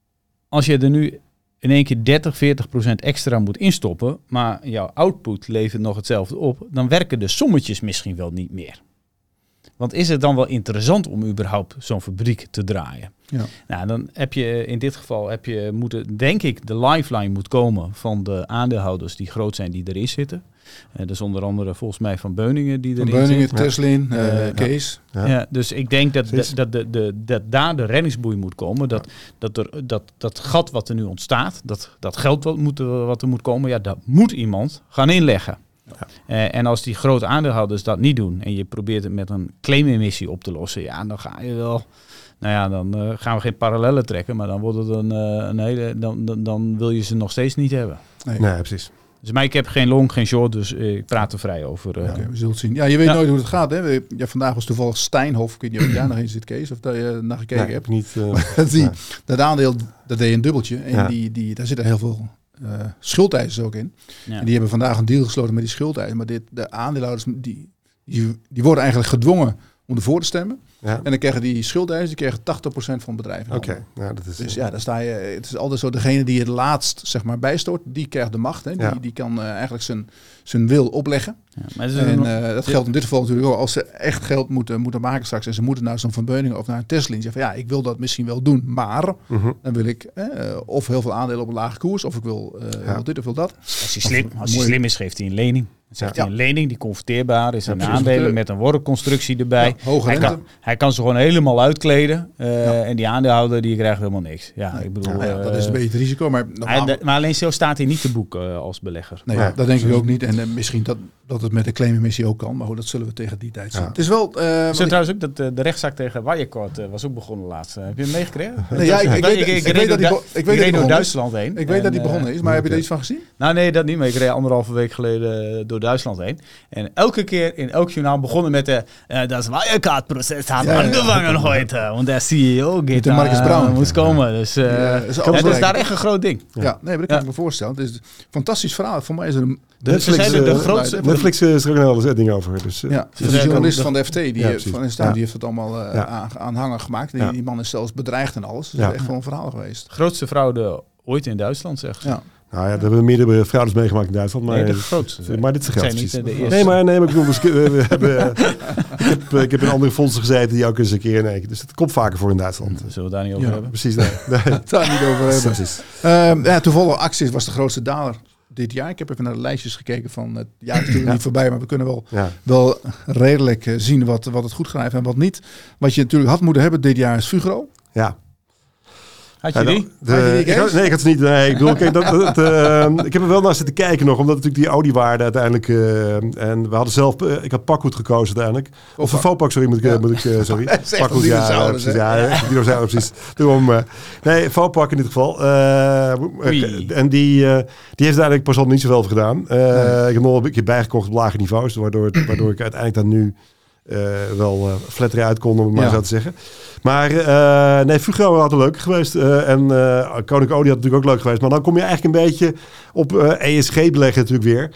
als je er nu in één keer dertig, veertig procent extra moet instoppen, maar jouw output levert nog hetzelfde op, dan werken de sommetjes misschien wel niet meer. Want is het dan wel interessant om überhaupt zo'n fabriek te draaien? Ja. Nou, dan heb je in dit geval heb je moeten, denk ik, de lifeline moet komen van de aandeelhouders die groot zijn die erin zitten. Uh, dat is onder andere volgens mij van Beuningen die erin
zit. Van Beuningen,
zit.
Teslin, uh, uh, Kees.
Ja. Ja, dus ik denk dat, de, dat, de, de, dat daar de reddingsboei moet komen. Dat, ja. dat, er, dat, dat gat wat er nu ontstaat, dat, dat geld wat, moet, wat er moet komen, ja, dat moet iemand gaan inleggen. Ja. Uh, en als die grote aandeelhouders dat niet doen en je probeert het met een claimemissie op te lossen, ja, dan ga je wel. Nou ja, dan uh, gaan we geen parallellen trekken, maar dan wordt het een, uh, een hele. Dan, dan, dan wil je ze nog steeds niet hebben.
Nee, nee precies.
Dus maar ik heb geen long, geen short, dus uh, ik praat er vrij over. Uh.
Ja, okay, we zullen het zien. Ja, je weet ja. nooit hoe het gaat. Hè? Ja, vandaag was toevallig Steinhoff. Ik weet niet of je daar nog eens zit, Kees, of dat je naar gekeken
nee,
hebt.
Niet, uh,
die,
ja.
Dat aandeel, dat deed een dubbeltje. En
ja.
die, die, daar zitten heel veel uh, schuldeisers ook in. Ja. En die hebben vandaag een deal gesloten met die schuldeisers. Maar dit, de aandeelhouders, die, die, die worden eigenlijk gedwongen om ervoor te stemmen. Ja. En dan krijgen die schuldeisers, die krijgen tachtig procent van het bedrijf.
Oké. Okay. Ja, dat is.
Dus ja, dan sta je. Het is altijd zo, degene die het laatst zeg maar bijstoort, die krijgt de macht. Hè. Die, ja. die kan uh, eigenlijk zijn, zijn wil opleggen. Ja, maar en uh, dat geldt in dit geval natuurlijk ook als ze echt geld moeten, moeten maken straks. En ze moeten naar zo'n Van Beuningen of naar een Tesla. Die zeggen van ja, ik wil dat misschien wel doen, maar uh-huh. dan wil ik uh, of heel veel aandelen op een lage koers, of ik wil, uh, ja. wil dit of wil dat.
Als hij slim, als hij slim is, geeft hij een lening. Zegt ja. hij een lening die converteerbaar is in ja, aandelen met een workconstructie erbij. Ja, hoge hij, kan, hij kan ze gewoon helemaal uitkleden. Uh, ja. En die aandeelhouder die krijgt helemaal niks. Ja, nee, ik bedoel,
ja, ja, dat is een beetje het risico. Maar,
hij, de, maar alleen zo staat hij niet te boek uh, als belegger.
Nee, ja, dat denk ik ook niet. En uh, misschien dat, dat het met de claimemissie ook kan. Maar goed, dat zullen we tegen die tijd zien. Ja. Het is wel... Uh,
Zo trouwens ook dat uh, de rechtszaak tegen Wirecard uh, was ook begonnen laatst. Uh, heb je hem meegekregen?
Nee, ja, ik, ik, ik, ik, ik, ik weet dat hij
ik reed door Duitsland heen.
Ik weet dat hij begonnen is, maar heb je er iets van gezien?
Nou nee, dat niet. Maar ik reed anderhalve week geleden door Duitsland heen. En elke keer in elk journaal begonnen met de uh, dat Wirecard-proces had ja, aangevangen ja, heute. Want de C E O geht
de Marcus Brown
moest komen. Dus uh, ja, is ja, dat is daar echt een groot ding.
Ja, ja nee, maar dat kan ja. ik me voorstellen. Het is een fantastisch verhaal. Voor mij is het een...
Netflix, de, de grootste, Netflix is er ook een hele ding over. Dus, uh,
ja, de journalist van de F T, die, ja, van de staat, ja. die heeft het allemaal uh, ja. aan, aanhanger gemaakt. Die, ja. die man is zelfs bedreigd en alles. Dus ja. het is echt wel een verhaal geweest.
Grootste fraude ooit in Duitsland, zeg.
Ja.
Nou ja, daar hebben we meerdere fraudes meegemaakt in Duitsland. Maar,
nee, de grootste.
Maar dit is de grootste. Nee, maar nee, maar ik bedoel, dus, we hebben, uh, ik, heb, uh, ik heb in andere fondsen gezeten die ook eens een keer... Nee, dus het komt vaker voor in Duitsland.
Zullen we het daar niet over
ja,
hebben?
Precies, nee. nee.
daar niet over hebben. Precies. Uh, ja, toevallig acties was de grootste daler dit jaar. Ik heb even naar de lijstjes gekeken van... Het jaar is natuurlijk ja. niet voorbij, maar we kunnen wel, ja. wel redelijk uh, zien wat, wat het goed grijpt en wat niet. Wat je natuurlijk had moeten hebben dit jaar is Fugro.
Ja.
Had je die?
De, had je die ik had, nee, ik had ze niet. Nee, ik bedoel, kijk, dat, dat, uh, ik heb er wel naar zitten kijken nog, omdat natuurlijk die Audi-waarde uiteindelijk... Uh, en we hadden zelf... Uh, ik had Pakhoed gekozen uiteindelijk. Of een Vopak, sorry, moet ik... Ja. Moet ik uh, sorry.
Pakhoed, ja, ja, precies. Ja,
dinosaurus, precies. Daarom, uh, nee, Vopak in dit geval. Uh, en die, uh, die heeft uiteindelijk pas al niet zoveel gedaan. Uh, nee. Ik heb nog een keer bijgekocht op lage niveaus, waardoor, waardoor ik uiteindelijk dan nu... Uh, wel uh, flatter uit kon, om het maar ja. zo te zeggen. Maar uh, nee, Fugro had het leuk geweest. Uh, en uh, Koninklijke Olie had natuurlijk ook leuk geweest. Maar dan kom je eigenlijk een beetje op uh, E S G beleggen natuurlijk weer.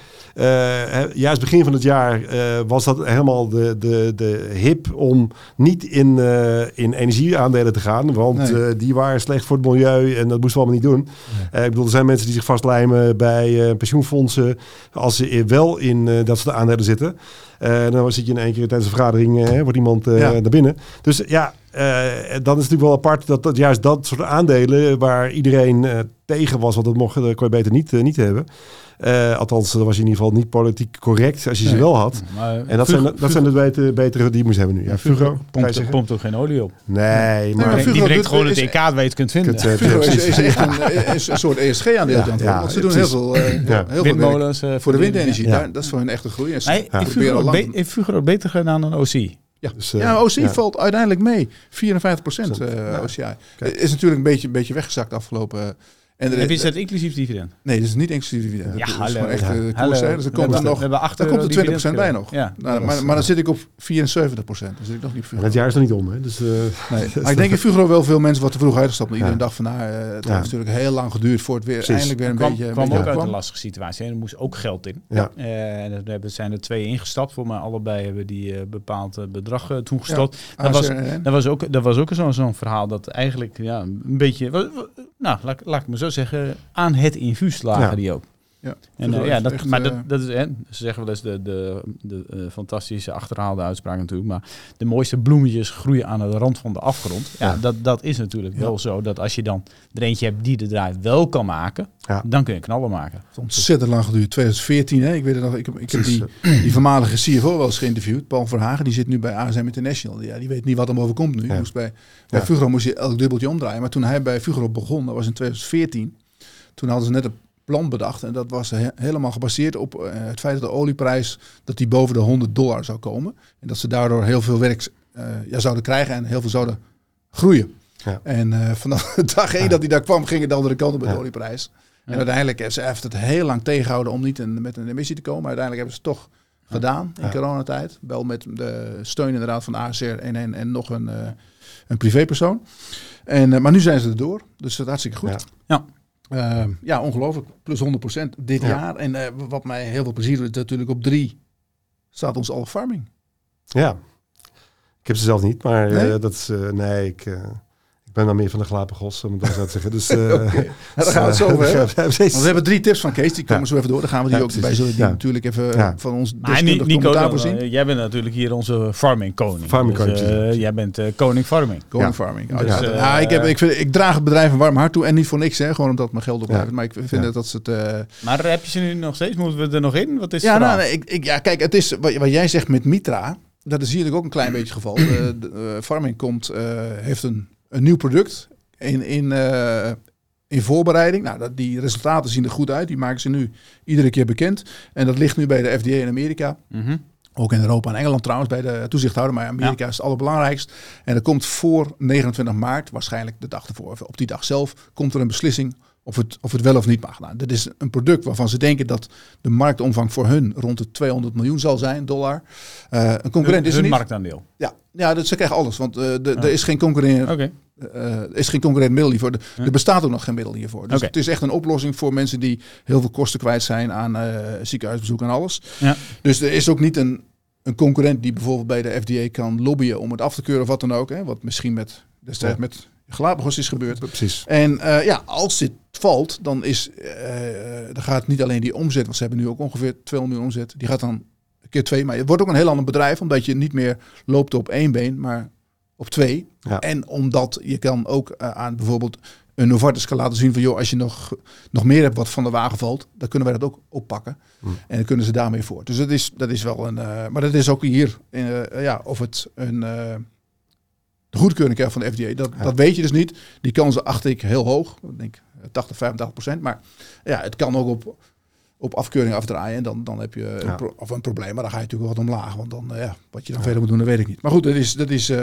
Uh, juist begin van het jaar uh, was dat helemaal de, de, de hip om niet in, uh, in energieaandelen te gaan. Want nee. uh, die waren slecht voor het milieu en dat moesten we allemaal niet doen. Nee. Uh, ik bedoel, er zijn mensen die zich vastlijmen bij uh, pensioenfondsen als ze wel in uh, dat soort aandelen zitten. Uh, dan zit je in één keer tijdens een vergadering, uh, wordt iemand uh, ja. naar binnen. Dus ja, uh, dan is het natuurlijk wel apart dat, dat juist dat soort aandelen waar iedereen uh, tegen was, want dat mocht, dat kon je beter niet, uh, niet hebben. Uh, althans, dat was in ieder geval niet politiek correct als je nee. ze wel had. Maar en dat Fugro, zijn, dat zijn de betere, betere die je moest hebben nu. Ja,
Fugro pompt, pompt ook geen olie op.
Nee, maar,
nee, maar die brengt gewoon het E K waar je het kunt vinden.
Kunt, uh, Fugro is, is echt een, is een soort E S G-aandeel. Ja, ja, want ze doen heel veel, uh, ja. heel
windmolens
veel voor de windenergie. Ja. Daar, dat is voor hun echt een groei.
Heeft ja. Fugro beter gedaan dan O C?
Ja, dus, uh, ja, O C ja. valt uiteindelijk mee. vierenvijftig procent uh, ja. O C I. Okay. Is natuurlijk een beetje, beetje weggezakt afgelopen... Uh,
En heb je dat inclusief dividend?
Nee, dat is niet inclusief dividend.
Ja,
dat
hallo.
is gewoon echt de
ja.
koers. Hè. Dus er komt er nog, daar komt er twintig procent bij nog. Ja. Nou, maar, maar dan zit ik op vierenzeventig procent. Dan zit ik nog niet op Fugro.
Het jaar is nog niet om, hè? Dus, uh,
nee. Maar ik denk in Fugro wel veel mensen wat te vroeg uitgestapt. Iedereen dacht van, nou, uh, het ja. heeft natuurlijk heel lang geduurd voor het weer Precies. eindelijk weer een
kwam,
beetje...
kwam
beetje
ook uit een lastige situatie. En er moest ook geld in.
Ja.
Uh, en er zijn er twee ingestapt. Voor mij allebei hebben die uh, bepaald uh, bedrag uh, toen gestopt.
Ja.
Dat, was, dat, was ook, dat was ook zo'n zo'n verhaal dat eigenlijk ja, een beetje... Nou, laat, laat ik me zo zeggen, aan het infuus lagen ja. die ook.
Ja,
en, uh, ja dat, echt, maar dat, dat is, hè, ze zeggen wel eens de, de, de uh, fantastische achterhaalde uitspraak natuurlijk, maar de mooiste bloemetjes groeien aan de rand van de afgrond. Ja, ja. Dat, dat is natuurlijk ja. wel zo, dat als je dan er eentje hebt die de draai wel kan maken, ja. dan kun je knallen maken.
Het is ontzettend lang geduurd, twintig veertien, hè? Ik weet het nog, ik heb, ik heb die, die voormalige C F O wel eens geïnterviewd, Paul Verhagen, die zit nu bij A S M International. Ja, die weet niet wat hem overkomt nu. Ja. Moest bij bij ja. Fugro moest je elk dubbeltje omdraaien, maar toen hij bij Fugro begon, dat was in twintig veertien, toen hadden ze net een plan bedacht. En dat was he- helemaal gebaseerd op uh, het feit dat de olieprijs dat die boven de honderd dollar zou komen. En dat ze daardoor heel veel werk uh, ja, zouden krijgen en heel veel zouden groeien. Ja. En uh, vanaf dag één ja. dat hij daar kwam, ging het de andere kant op met ja. de olieprijs. Ja. En uiteindelijk heeft ze heeft het heel lang tegengehouden om niet in, met een emissie te komen. Uiteindelijk hebben ze het toch ja. gedaan in ja. coronatijd. Wel met de steun inderdaad van A S R en, en, en nog een, uh, een privépersoon. En, uh, maar nu zijn ze er door. Dus dat is hartstikke goed.
Ja,
ja. Uh, ja ongelooflijk. Plus honderd procent dit ja. jaar. En uh, wat mij heel veel plezier doet, is natuurlijk op drie staat ons Alg Farming.
Ja. Ik heb ze zelf niet, maar
nee,
uh, dat is... Uh, nee, ik... Uh... Ik ben dan meer van de Galapagos, om het dan zo te zeggen. Dus, uh, okay.
ja, daar gaan we het zo over hebben. We hebben drie tips van Kees, die komen ja. zo even door. Dan gaan we die ja, ook precies. bij zullen die ja. natuurlijk even ja. van ons deskundig commentaar voorzien.
Uh, jij bent natuurlijk hier onze farming koning.
Farming
dus,
koning.
Uh, jij bent uh, koning farming.
Koning ja. farming. Oh, dus, ja. Uh, ja, ik, heb, ik, vind, ik draag het bedrijf een warm hart toe en niet voor niks, hè, gewoon omdat mijn geld opblijft. Ja. Maar ik vind ja. dat ze het... Uh,
maar heb je ze nu nog steeds? Moeten we er nog in? Wat is
ja, nou, nee, ik, ik, ja, kijk, het is wat, wat jij zegt met Mitra. Dat is hier ook een klein beetje het geval. De, de, uh, farming komt, uh, heeft een, een nieuw product. In, in, uh, in voorbereiding. Nou, dat, die resultaten zien er goed uit. Die maken ze nu iedere keer bekend. En dat ligt nu bij de F D A in Amerika. Mm-hmm. Ook in Europa en Engeland trouwens bij de toezichthouder. Maar Amerika ja. is het allerbelangrijkst. En er komt voor negenentwintig maart, waarschijnlijk de dag ervoor, op die dag zelf, komt er een beslissing of het, of het wel of niet mag. Nou, dit is een product waarvan ze denken dat de marktomvang voor hun rond de tweehonderd miljoen zal zijn, dollar. Uh, een concurrent
hun,
is er
hun
niet.
marktaandeel.
Ja, ja dat, ze krijgen alles. Want uh, de, oh. er is geen concurrent. Okay. Uh, is geen concurrent middel hiervoor. Er ja. bestaat ook nog geen middel hiervoor. Dus okay. het is echt een oplossing voor mensen die heel veel kosten kwijt zijn aan uh, ziekenhuisbezoek en alles. Ja. Dus er is ook niet een, een concurrent die bijvoorbeeld bij de F D A kan lobbyen om het af te keuren of wat dan ook. Hè, wat misschien met destijds ja. met Galapagos is gebeurd.
Precies.
En uh, ja, als dit valt, dan is uh, dan gaat niet alleen die omzet, want ze hebben nu ook ongeveer tweehonderd miljoen omzet. Die gaat dan keer twee. Maar het wordt ook een heel ander bedrijf, omdat je niet meer loopt op één been, maar op twee. Ja. En omdat je kan ook uh, aan bijvoorbeeld een Novartis kan laten zien van joh, als je nog, nog meer hebt wat van de wagen valt, dan kunnen wij dat ook oppakken. Hmm. En dan kunnen ze daarmee voort. Dus dat is, dat is wel een... Uh, maar dat is ook hier, in, uh, ja, of het een... Uh, de goedkeuring krijgt van de F D A, dat, ja. dat weet je dus niet. Die kansen acht ik heel hoog. Ik denk tachtig, vijfentachtig procent. Maar ja, het kan ook op, op afkeuring afdraaien. En dan, dan heb je ja. een, pro- of een probleem. Maar dan ga je natuurlijk wat omlaag. Want dan, uh, ja, wat je dan ja. verder moet doen, dat weet ik niet. Maar goed, dat is... Dat, is, uh,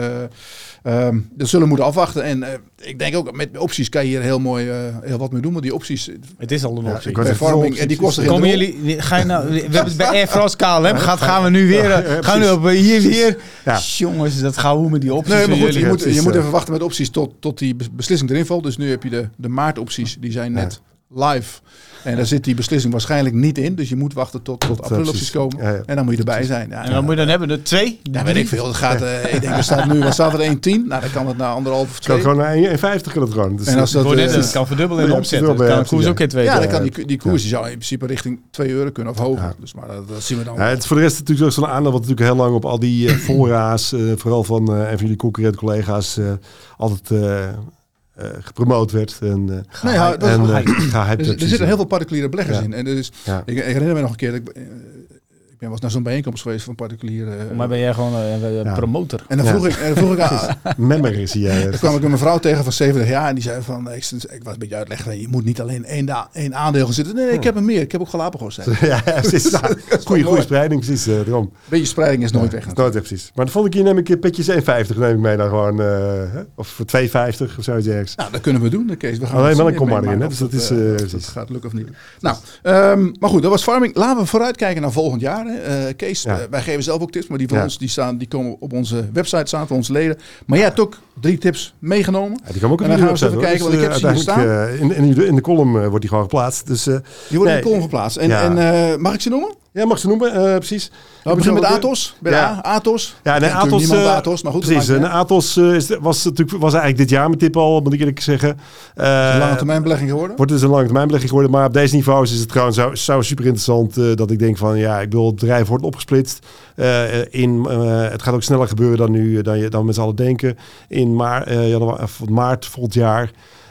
um, dat zullen we moeten afwachten. En uh, ik denk ook, met opties kan je hier heel mooi uh, heel wat mee doen. Maar die opties...
Het is al een optie.
Ja, bij farming, en die kosten geen
Komen jullie... Ga je nou, we hebben het bij Air France K L M. Gaat, gaan we nu weer... Ja, ja, gaan we op hier weer... Ja. Jongens, dat gaan we met die opties.
Nee, maar goed, je, moet, je moet even wachten met opties tot, tot die beslissing erin valt. Dus nu heb je de, de maartopties. Die zijn net ja. live. En daar zit die beslissing waarschijnlijk niet in. Dus je moet wachten tot, tot aprilopties komen. Ja, ja. En dan moet je erbij zijn. Ja,
en wat moet je dan hebben? De twee?
Ja, weet ik veel. Het gaat, uh, ik denk, er staat nu, wat staat er, één komma tien? Nou, dan kan het naar anderhalf of twee.
Kan gewoon naar één komma vijftig kan het gewoon. Dus
en als dat, net, uh, het kan verdubbelen in de omzet. Dan kan de koers ook in twee.
Ja, dan kan die, die koers die zou in principe richting twee euro kunnen of hoger. Ja. Dus maar dat, dat zien we dan.
Ja, het is voor de rest natuurlijk zo'n aandeel wat natuurlijk heel lang op al die uh, fora's, uh, vooral van uh, een van jullie concurrent collega's, uh, altijd... Uh, Uh, gepromoot werd. En, uh,
nee, ja, dat en, uh,
gehyped.
Er, er zitten heel veel particuliere beleggers ja. in. En dus, ja. ik, ik herinner me nog een keer... Dat ik, uh, ik ben was naar zo'n bijeenkomst geweest van particuliere... Uh,
maar ben jij gewoon een uh, ja. promotor?
En dan vroeg ja. ik, en dan vroeg ik aan...
Member is hij.
Dan kwam ik een mevrouw tegen van zeventig jaar en die zei van... Ik, ik was een beetje uitleggen, je moet niet alleen één, da- één aandeel gaan zitten. Nee, nee, ik heb er meer. Ik heb ook Galapagos.
Ja, precies. Goeie, goede spreiding, precies. Uh,
Een beetje spreiding is nooit ja, weg.
Is nooit weg, precies. Maar de volgende keer neem ik petjes één vijftig neem ik mee dan gewoon... Uh, of voor twee vijftig of zoiets ergens.
Nou, dat kunnen we doen. Kees. We gaan
alleen wel een kom maar in. Dus dat, is, uh,
dat gaat lukken of niet. Nou, um, maar goed, dat was farming. Laten we vooruitkijken naar volgend jaar. Hè. Uh, Kees, ja. uh, wij geven zelf ook tips, maar die van ja. ons die staan, die komen op onze website staan voor onze leden. Maar jij hebt ook drie tips meegenomen.
Ja, die komen ook
en dan gaan we eens even kijken, want ik heb ze hier staan.
Uh, in, in, in de column uh, wordt die gewoon geplaatst. Dus, uh,
die worden nee, in de column geplaatst. En, ja. en uh, mag ik ze noemen?
Ja, mag ze noemen, uh, precies.
We beginnen met Atos. Bij ja. A, Atos.
Ja, nee, Atos,
uh, Atos, maar goed.
Precies, en Atos uh, is, was, natuurlijk, was eigenlijk dit jaar mijn tip al, moet ik eerlijk zeggen. Uh,
is een lange termijn belegging geworden?
Wordt dus een lange termijn belegging geworden, maar op deze niveaus is het gewoon zo, zo super interessant uh, dat ik denk van, ja, ik wil het bedrijf wordt opgesplitst. Uh, in, uh, het gaat ook sneller gebeuren dan nu, dan, je, dan we met z'n allen denken. In maar, uh, januari, maart volgend jaar.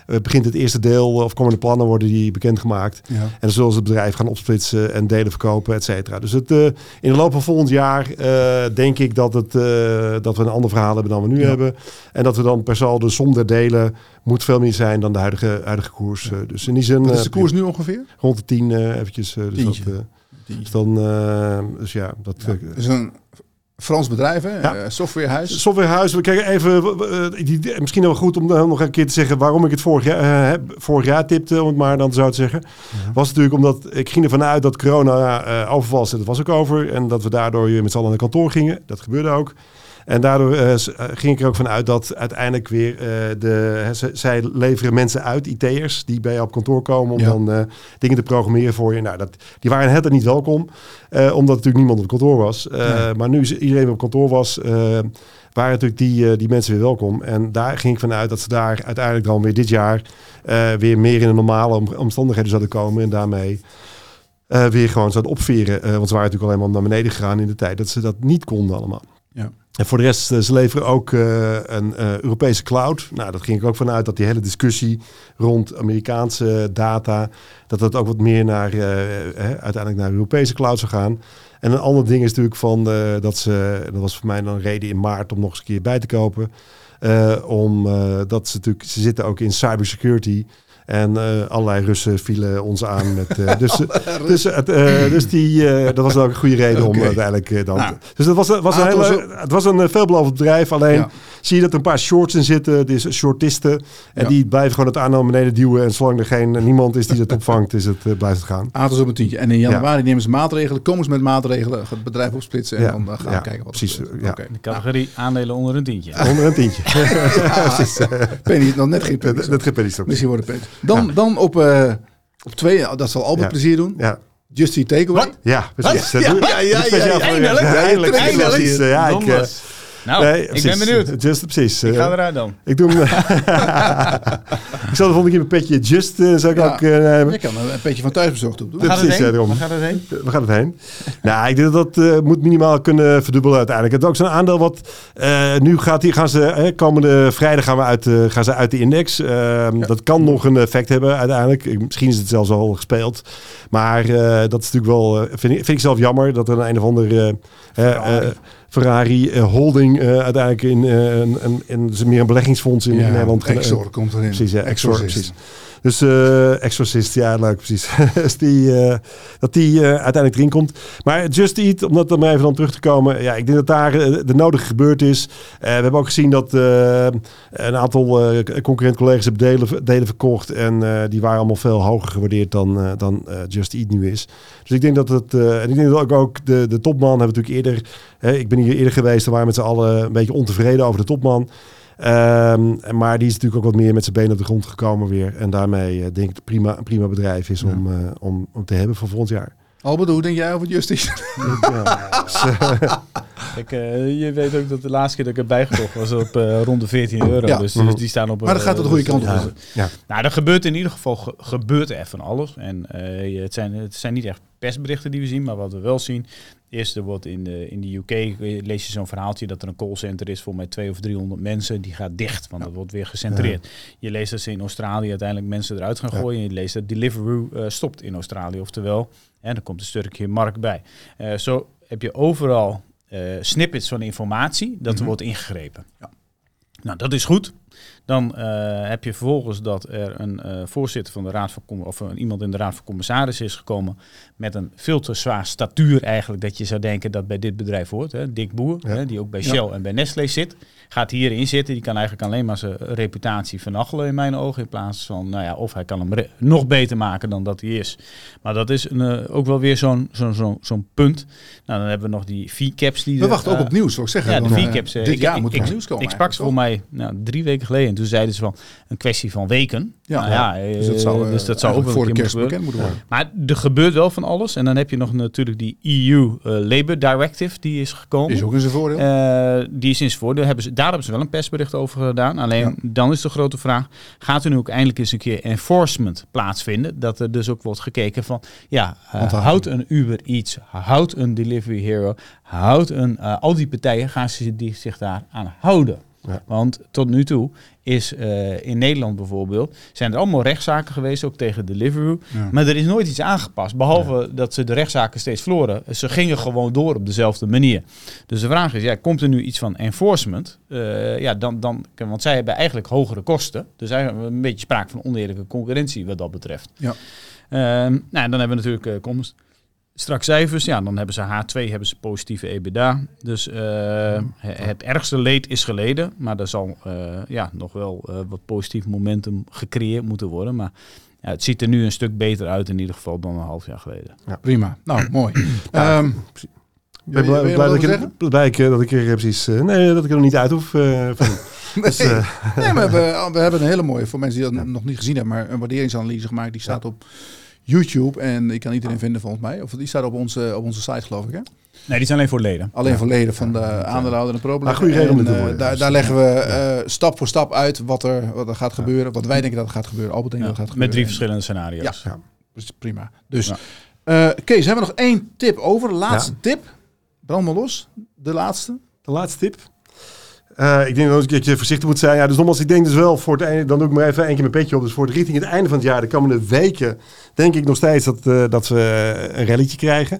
uh, begint het eerste deel of komen de plannen worden die bekendgemaakt. Ja. En dan zullen ze het bedrijf gaan opsplitsen en delen verkopen, et cetera. Dus het, uh, in de loop van volgend jaar uh, denk ik dat, het, uh, dat we een ander verhaal hebben dan we nu ja. hebben. En dat we dan per saldo de som der delen moet veel meer zijn dan de huidige, huidige koers. Ja. Uh, dus in die zin,
wat is de koers uh, nu ongeveer?
Rond de tien uh, eventjes. Uh, dus, dat, uh, dus dan, uh, dus ja, dat
ja. Uh, is een Frans bedrijf, hè? Ja. Uh, softwarehuis.
Softwarehuis. We kijken even, uh, die, misschien wel goed om uh, nog een keer te zeggen waarom ik het vorig jaar, uh, vorig jaar tipte, om het maar dan zo te zeggen. Uh-huh. Was natuurlijk omdat ik ging ervan uit dat corona uh, over was. Dat was ook over. En dat we daardoor weer met z'n allen naar kantoor gingen. Dat gebeurde ook. En daardoor uh, ging ik er ook van uit dat uiteindelijk weer uh, de, he, z- zij leveren mensen uit, I T'ers, die bij jou op kantoor komen om ja. dan uh, dingen te programmeren voor je. Nou, dat, die waren het niet welkom, uh, omdat natuurlijk niemand op kantoor was. Uh, nee. Maar nu iedereen op kantoor was, uh, waren natuurlijk die, uh, die mensen weer welkom. En daar ging ik van uit dat ze daar uiteindelijk dan weer dit jaar uh, weer meer in de normale om- omstandigheden zouden komen en daarmee uh, weer gewoon zouden opveren. Uh, want ze waren natuurlijk alleen maar naar beneden gegaan in de tijd dat ze dat niet konden allemaal.
Ja.
En voor de rest, ze leveren ook uh, een uh, Europese cloud. Nou, dat ging ik ook vanuit dat die hele discussie rond Amerikaanse data, dat dat ook wat meer naar, uh, hè, uiteindelijk naar de Europese cloud zou gaan. En een ander ding is natuurlijk van, uh, dat ze, dat was voor mij dan een reden in maart om nog eens een keer bij te kopen. Uh, om, uh, dat ze natuurlijk, ze zitten ook in cybersecurity. En uh, allerlei Russen vielen ons aan. Met, uh, dus, dus, uh, dus die, uh, dat was ook een goede reden okay. om uh, uiteindelijk uh, dan... Nou, dus dat was, was ah, een hele, zo... het was een uh, veelbelovend bedrijf. Alleen ja. zie je dat er een paar shorts in zitten. Dus shortisten. En ja. die blijven gewoon het aandeel beneden duwen. En zolang er geen uh, niemand is die het opvangt, is het, uh, blijft het gaan.
Aantal op een tientje. En in januari ja. nemen ze maatregelen. Komen ze met maatregelen. Het bedrijf opsplitsen. En ja. dan uh, gaan we ja. kijken wat
precies,
er
ja.
okay. De categorie nou. aandelen onder een tientje.
Onder een tientje.
Penny, nog net geen penny.
Net geen penny stop.
Misschien wordt het penny. Dan, ja. dan op, uh, op twee, dat zal Albert ja. plezier doen.
Ja.
Just Eat Takeaway.
Wat? Ja, precies.
Ja, ja, ja, ja, ja, ja.
Eindelijk.
Eindelijk.
Eindelijk.
Ja, ik, uh,
nou, nee, ik ben benieuwd.
Just, precies.
Ik ga eruit dan.
Ik doe hem. Ik zal de volgende keer een petje Just uh, zou ik ja, ook uh, nemen.
Je kan een petje van thuisbezorgd op doen.
Waar gaat het heen? Waar gaat het heen?
Waar gaat het heen? Nou, ik denk dat dat uh, moet minimaal kunnen verdubbelen uiteindelijk. Het is ook zo'n aandeel wat uh, nu gaat hier gaan ze eh, komende vrijdag gaan we uit uh, gaan ze uit de index. Uh, ja. Dat kan nog een effect hebben uiteindelijk. Misschien is het zelfs al gespeeld. Maar uh, dat is natuurlijk wel uh, vind, ik, vind ik zelf jammer dat er een, een of ander uh, uh, uh, Ferrari uh, holding uh, uiteindelijk in, uh, een, een, in, in meer een beleggingsfonds in,
ja,
in Nederland.
Exor uh, komt erin.
Precies, ja, Exor, precies. Dus uh, Exorcist, ja, leuk, precies. dus die, uh, dat die uh, uiteindelijk erin komt. Maar Just Eat, om dat dan even dan terug te komen. Ja, ik denk dat daar uh, de nodige gebeurd is. Uh, we hebben ook gezien dat uh, een aantal uh, concurrent collega's hebben delen, delen verkocht. En uh, die waren allemaal veel hoger gewaardeerd dan, uh, dan uh, Just Eat nu is. Dus ik denk dat het... Uh, en ik denk dat ook, ook de, de topman hebben natuurlijk eerder... Hè, ik ben hier eerder geweest. We waren met z'n allen een beetje ontevreden over de topman. Um, maar die is natuurlijk ook wat meer met zijn benen op de grond gekomen weer. En daarmee uh, denk ik dat het prima, een prima bedrijf is ja. om, uh, om, om te hebben voor volgend jaar.
Albert, hoe denk jij over Justice?
Ja, Kijk, uh, je weet ook dat de laatste keer dat ik erbij gekocht was op uh, rond de veertien euro. Ja. Dus, dus die staan op...
Maar dat uh, gaat op de goede kant op.
Ja. Ja. Nou, er gebeurt in ieder geval ge- gebeurt er van alles. En uh, het, zijn, het zijn niet echt persberichten die we zien, maar wat we wel zien... Eerst, er wordt in de, in de U K, lees je zo'n verhaaltje dat er een callcenter is voor met twee of driehonderd mensen. Die gaat dicht, want ja. dat wordt weer gecentreerd. Ja. Je leest dat ze in Australië uiteindelijk mensen eruit gaan gooien. Ja. Je leest dat Deliveroo uh, stopt in Australië, oftewel. En er komt een stukje markt bij. Uh, zo heb je overal uh, snippets van informatie dat mm-hmm. er wordt ingegrepen. Ja. Nou, dat is goed. Dan uh, heb je vervolgens dat er een uh, voorzitter van de raad van Com- of een, iemand in de raad van commissarissen is gekomen met een veel te zwaar statuur eigenlijk dat je zou denken dat bij dit bedrijf hoort. Hè? Dick Boer, ja. hè, die ook bij Shell ja. en bij Nestlé zit, gaat hierin zitten. Die kan eigenlijk alleen maar zijn reputatie vernachelen in mijn ogen in plaats van, nou ja, of hij kan hem re- nog beter maken dan dat hij is. Maar dat is een, uh, ook wel weer zo'n, zo'n, zo'n, zo'n punt. Nou, dan hebben we nog die V-caps. Die
we wachten uh, ook op nieuws, wil ik zeggen.
Ja, de V-caps. Uh,
dit jaar moet er
ik,
nieuws komen.
Ik sprak ze voor mij nou, drie weken geleden. En toen zeiden ze van een kwestie van weken.
Ja,
nou, ja,
ja. Dus dat zou, uh,
dus dat zou ook wel
voor de
kerst
bekend moeten worden.
Maar er gebeurt wel van alles. En dan heb je nog natuurlijk die E U uh, Labour Directive. Die is gekomen.
Is ook in zijn voordeel.
Uh, die is in zijn voordeel. Hebben ze, daar hebben ze wel een persbericht over gedaan. Alleen ja. dan is de grote vraag. Gaat er nu ook eindelijk eens een keer enforcement plaatsvinden? Dat er dus ook wordt gekeken van. Ja, uh, houdt een Uber Eats. Houdt een Delivery Hero. Houdt een... Uh, al die partijen gaan ze die zich daar aan houden. Ja. Want tot nu toe is uh, in Nederland bijvoorbeeld, zijn er allemaal rechtszaken geweest, ook tegen Deliveroo. Ja. Maar er is nooit iets aangepast, behalve ja. dat ze de rechtszaken steeds verloren. Ze gingen gewoon door op dezelfde manier. Dus de vraag is, ja, komt er nu iets van enforcement? Uh, ja, dan, dan, want zij hebben eigenlijk hogere kosten. Dus eigenlijk een beetje sprake van oneerlijke concurrentie wat dat betreft. Ja. Uh, nou, dan hebben we natuurlijk uh, komst. Straks cijfers, ja, dan hebben ze H twee, hebben ze positieve EBITDA. Dus uh, het ergste leed is geleden. Maar er zal uh, ja, nog wel uh, wat positief momentum gecreëerd moeten worden. Maar ja, het ziet er nu een stuk beter uit in ieder geval dan een half jaar geleden.
Ja, prima. Nou, mooi. Ja, um,
ben blij, blij dat, ik, blij ik, dat ik er precies... Uh, nee, dat ik er nog niet uit hoef. Uh, van.
Nee, dus, uh, nee, maar we, we hebben een hele mooie, voor mensen die dat ja. nog niet gezien hebben, maar een waarderingsanalyse gemaakt. Die staat ja. op YouTube en ik kan iedereen vinden volgens mij. Of die staat op onze, op onze site geloof ik, hè?
Nee, die zijn alleen voor leden.
Alleen ja. voor leden van de ja. aandeelhouder en probelegger.
Goede reden om te
uh, daar, daar leggen we uh, stap voor stap uit wat er, wat er gaat gebeuren. Ja. Wat wij denken dat er gaat gebeuren. Albert denkt ja. dat het gaat
Met
gebeuren.
drie verschillende scenario's.
Ja, ja. prima. Dus ja. uh, Kees, hebben we nog één tip over? De laatste ja. tip. Brand maar los. De laatste.
De laatste tip. Uh, ik denk dat ik je voorzichtig moet zijn. Ja, dus nogmaals, ik denk dus wel voor het einde, dan doe ik maar even één keer mijn petje op. Dus voor het richting het einde van het jaar, de komende weken, denk ik nog steeds dat, uh, dat we een rallytje krijgen.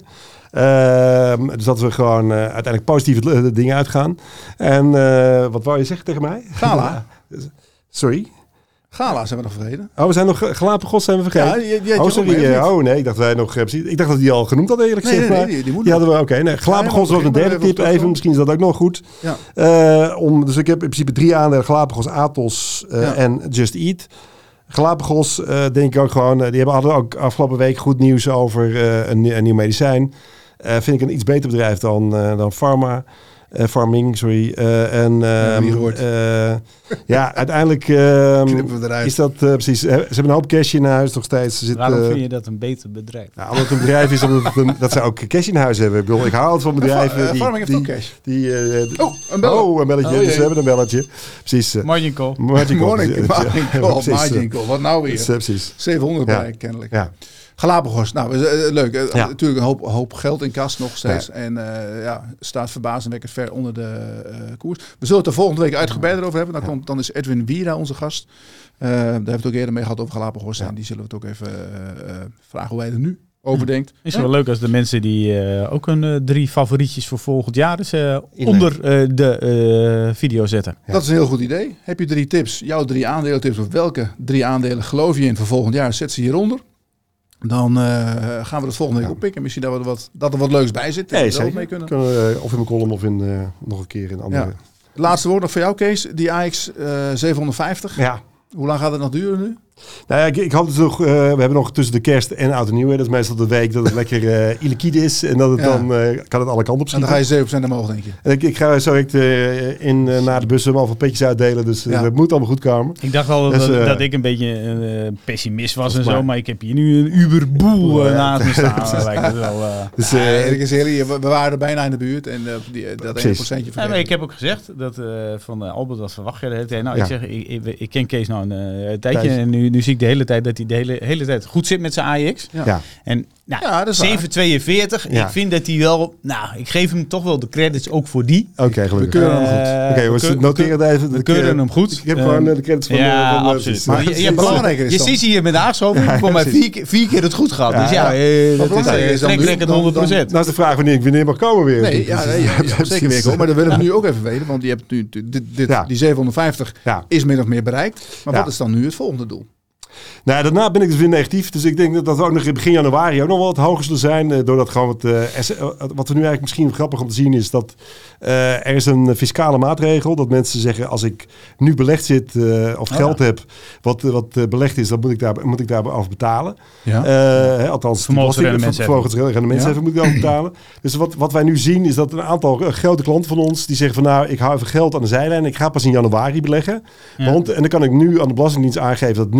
Uh, dus dat we gewoon uh, uiteindelijk positieve uh, dingen uitgaan. En uh, wat wou je zeggen tegen mij?
Gala.
Sorry?
Gala zijn we nog vergeten.
Oh, we zijn nog Galapagos zijn we vergeten. Ja,
die, die
oh, sorry. Uh, oh nee, ik dacht wij nog. Uh, ik dacht dat die al genoemd hadden eerlijk gezegd.
Nee, nee, nee, die, die, die
die hadden we. Oké, okay, nee, Galapagos ja, was een derde tip. Even, misschien is dat ook nog goed. Ja. Uh, om, dus ik heb in principe drie aandelen: Galapagos, Atos uh, ja. en Just Eat. Galapagos, uh, denk ik ook gewoon. Uh, die hebben hadden ook afgelopen week goed nieuws over uh, een, een nieuw medicijn. Uh, vind ik een iets beter bedrijf dan, uh, dan Pharma. Uh, farming, sorry. Uh, en um, uh, ja, uiteindelijk um, is dat uh, precies. Uh, ze hebben een hoop cash in huis nog steeds. Zit,
Waarom
uh,
vind je dat een beter bedrijf?
Nou, omdat het een bedrijf is, omdat het een, dat ze ook cash in huis hebben. Ik bedoel, ik hou altijd van bedrijven
uh,
die...
Farming heeft
die,
ook cash.
Die, uh,
oh, een belletje.
Oh, een belletje. Oh, dus we hebben een belletje. Precies. Uh,
margin call.
Margin call.
Morning, margin call. Margin call. Wat nou weer?
Dus, uh, precies.
zevenhonderd
ja.
bij, kennelijk.
Ja.
Galapagos, nou uh, leuk. Uh, ja. Natuurlijk een hoop, hoop geld in kas nog steeds. Ja. En uh, ja, staat verbazingwekkend ver onder de uh, koers. We zullen het er volgende week uitgebreider over hebben. Dan, ja. komt, dan is Edwin Wiera onze gast. Uh, daar hebben we het ook eerder mee gehad over Galapagos. Ja. En die zullen we het ook even uh, vragen hoe hij er nu over denkt.
Is het wel leuk als de mensen die uh, ook een uh, drie favorietjes voor volgend jaar dus, uh, onder uh, de uh, video zetten.
Ja. Dat is een heel goed idee. Heb je drie tips, jouw drie aandeeltips, of welke drie aandelen geloof je in voor volgend jaar? Zet ze hieronder. Dan uh, gaan we het volgende week ja. oppikken. Misschien dat, we er wat, dat er wat leuks bij zit.
Ja, zeker. Mee kunnen. Kunnen, uh, of in mijn column of in, uh, nog een keer in andere... Ja.
Laatste woord nog voor jou, Kees. Die A X uh, zevenhonderdvijftig.
Ja.
Hoe lang gaat het nog duren nu?
Nou ja, ik, ik hoop dat het nog, uh, we hebben nog tussen de kerst en oud en nieuw. Dat is meestal de week dat het lekker uh, illiquide is. En dat het ja. dan uh, kan het alle kanten op schieten.
En dan ga je zeven procent omhoog, denk je?
En ik, ik ga zo direct uh, in uh, naar de bussen al van petjes uitdelen. Dus uh, ja. het moet allemaal goed komen.
Ik dacht al dus, dat, uh, dat ik een beetje een uh, pessimist was en maar. zo. Maar ik heb hier nu een uberboel uh, naast me staan. lijkt het wel, uh,
dus, uh, ja, ik zeg, we waren er bijna in de buurt. En uh, die, dat één procentje
ja, maar ik heb ook gezegd dat uh, van uh, Albert, wat verwacht je de hele tijd? Nou, ja. ik zeg, ik, ik, ik ken Kees nou een uh, tijdje. Thijs. En nu, nu zie ik de hele tijd dat hij de hele, hele tijd goed zit met zijn A X. Ja. En nou, ja, zeven tweeënveertig. Ja. Ik vind dat hij wel... Nou, ik geef hem toch wel de credits ook voor die.
Oké, okay, gelukkig.
We keuren hem goed.
Uh, Oké, okay, we noteren het even.
We keuren hem goed.
Ik heb gewoon uh, de credits van...
Ja,
van, van
absoluut.
Maar
je, je, je, belangrijker is je ziet hier met aangeschoven. Ja, voor mij vier, vier keer het goed gehad. Ja, dus ja, ja. Uh, dat is trek record honderd procent.
Nou is de vraag wanneer ik wanneer mag komen weer.
Nee, ja, nee, ja, ja, zeker weer komen. Maar dat willen we nu ook even weten. Want je hebt nu dit, dit, ja. die zevenhonderdvijftig ja. is min of meer bereikt. Maar ja. wat is dan nu het volgende doel?
Nou, daarna ben ik dus weer negatief. Dus ik denk dat, dat we ook nog in begin januari ook nog wel wat hoger zullen zijn. Uh, doordat gewoon wat, uh, wat we nu eigenlijk misschien grappig om te zien is dat uh, er is een fiscale maatregel. Dat mensen zeggen, als ik nu belegd zit uh, of oh, geld ja. heb wat, wat uh, belegd is, dan moet ik daar, moet ik daarover betalen. Ja. Uh, hè, althans, vermogensrendementseffect moet ik daarover betalen. Dus wat, wat wij nu zien is dat een aantal uh, grote klanten van ons die zeggen van nou, ik hou even geld aan de zijlijn. Ik ga pas in januari beleggen. Ja. Want, en dan kan ik nu aan de Belastingdienst aangeven dat het nu mijn spaargeld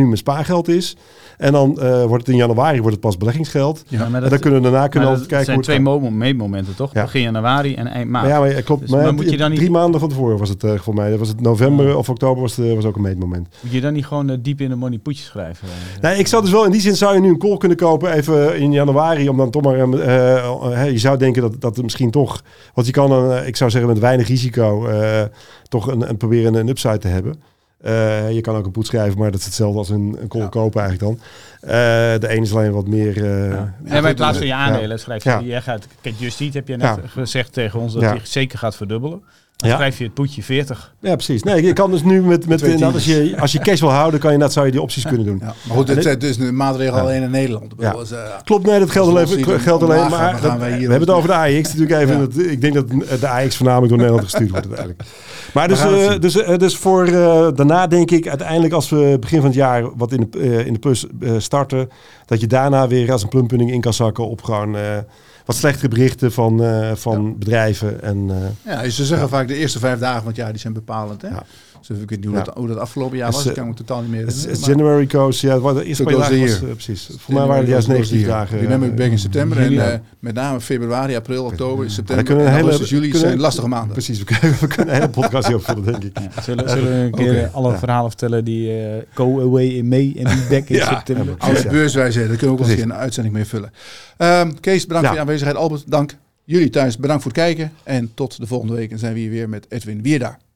spaargeld is. En dan uh, wordt het in januari wordt het pas beleggingsgeld.
Ja, maar dat,
en dan kunnen we daarna kunnen we kijken.
Het zijn twee mo- meetmomenten, toch? Ja. Begin januari en eind maart.
Maar ja, maar, klopt. Dus, maar, maar moet je dan niet... Drie maanden van tevoren was het uh, voor mij. Dat was het november of oktober was, het, was ook een meetmoment.
Moet je dan niet gewoon uh, diep in de money putjes schrijven? Uh,
nee, ik zou dus wel in die zin zou je nu een call kunnen kopen even in januari om dan toch maar. Uh, uh, je zou denken dat dat misschien toch, want je kan dan, uh, ik zou zeggen met weinig risico, uh, toch een, een proberen een upside te hebben. Uh, je kan ook een put schrijven, maar dat is hetzelfde als een, een call ja. kopen eigenlijk dan. Uh, de ene is alleen wat meer... Uh,
ja. Ja, maar in plaats van je aandelen ja. schrijf je... Ja. Je gaat, kijk, Just Eat heb je net ja. gezegd tegen ons dat ja. je zeker gaat verdubbelen. Dan ja. schrijf je het poetje veertig.
Ja, precies. Nee, je kan dus nu met... met inderdaad, als, je, als je cash wil houden, kan je, dat zou je die opties ja. kunnen doen. Ja.
Maar goed, dit is dus een maatregel ja. alleen in Nederland.
Ja. Dus, uh, Klopt, nee, dat geldt alleen. Geldt alleen maar dat, we hebben het over de A X natuurlijk even. Ja. Dat, ik denk dat de A X voornamelijk door Nederland gestuurd wordt uiteindelijk. Maar dus, uh, dus, uh, dus voor uh, daarna denk ik uiteindelijk als we begin van het jaar wat in de, uh, in de plus uh, starten, dat je daarna weer als een plumpunning in kan zakken op gewoon... Uh, wat slechtere berichten van, uh, van ja. bedrijven. En, uh,
ja, ze zeggen ja. vaak de eerste vijf dagen van het jaar die zijn bepalend. Hè? Ja. Dus ik weet niet hoe, ja. dat, hoe dat afgelopen jaar was. Ik kan me totaal niet meer
herinneren. January goes, ja, de eerste paar dagen was, uh, precies. Voor mij waren het juist negentien dagen.
Remember back in september en uh, met name februari, april, oktober, september, en augustus, juli
kunnen,
zijn lastige maanden.
Precies, we kunnen, we kunnen een hele podcast hier opvullen, denk ik.
Ja. Zullen, zullen we een keer okay. alle ja. verhalen vertellen die uh, go away in mei en be back in ja. september?
Als ja. beurswijze, daar kunnen we ook wel eens een uitzending mee vullen. Um, Kees, bedankt ja. voor je aanwezigheid. Albert, dank. Jullie thuis, bedankt voor het kijken. En tot de volgende week. En zijn we hier weer met Edwin Wierda.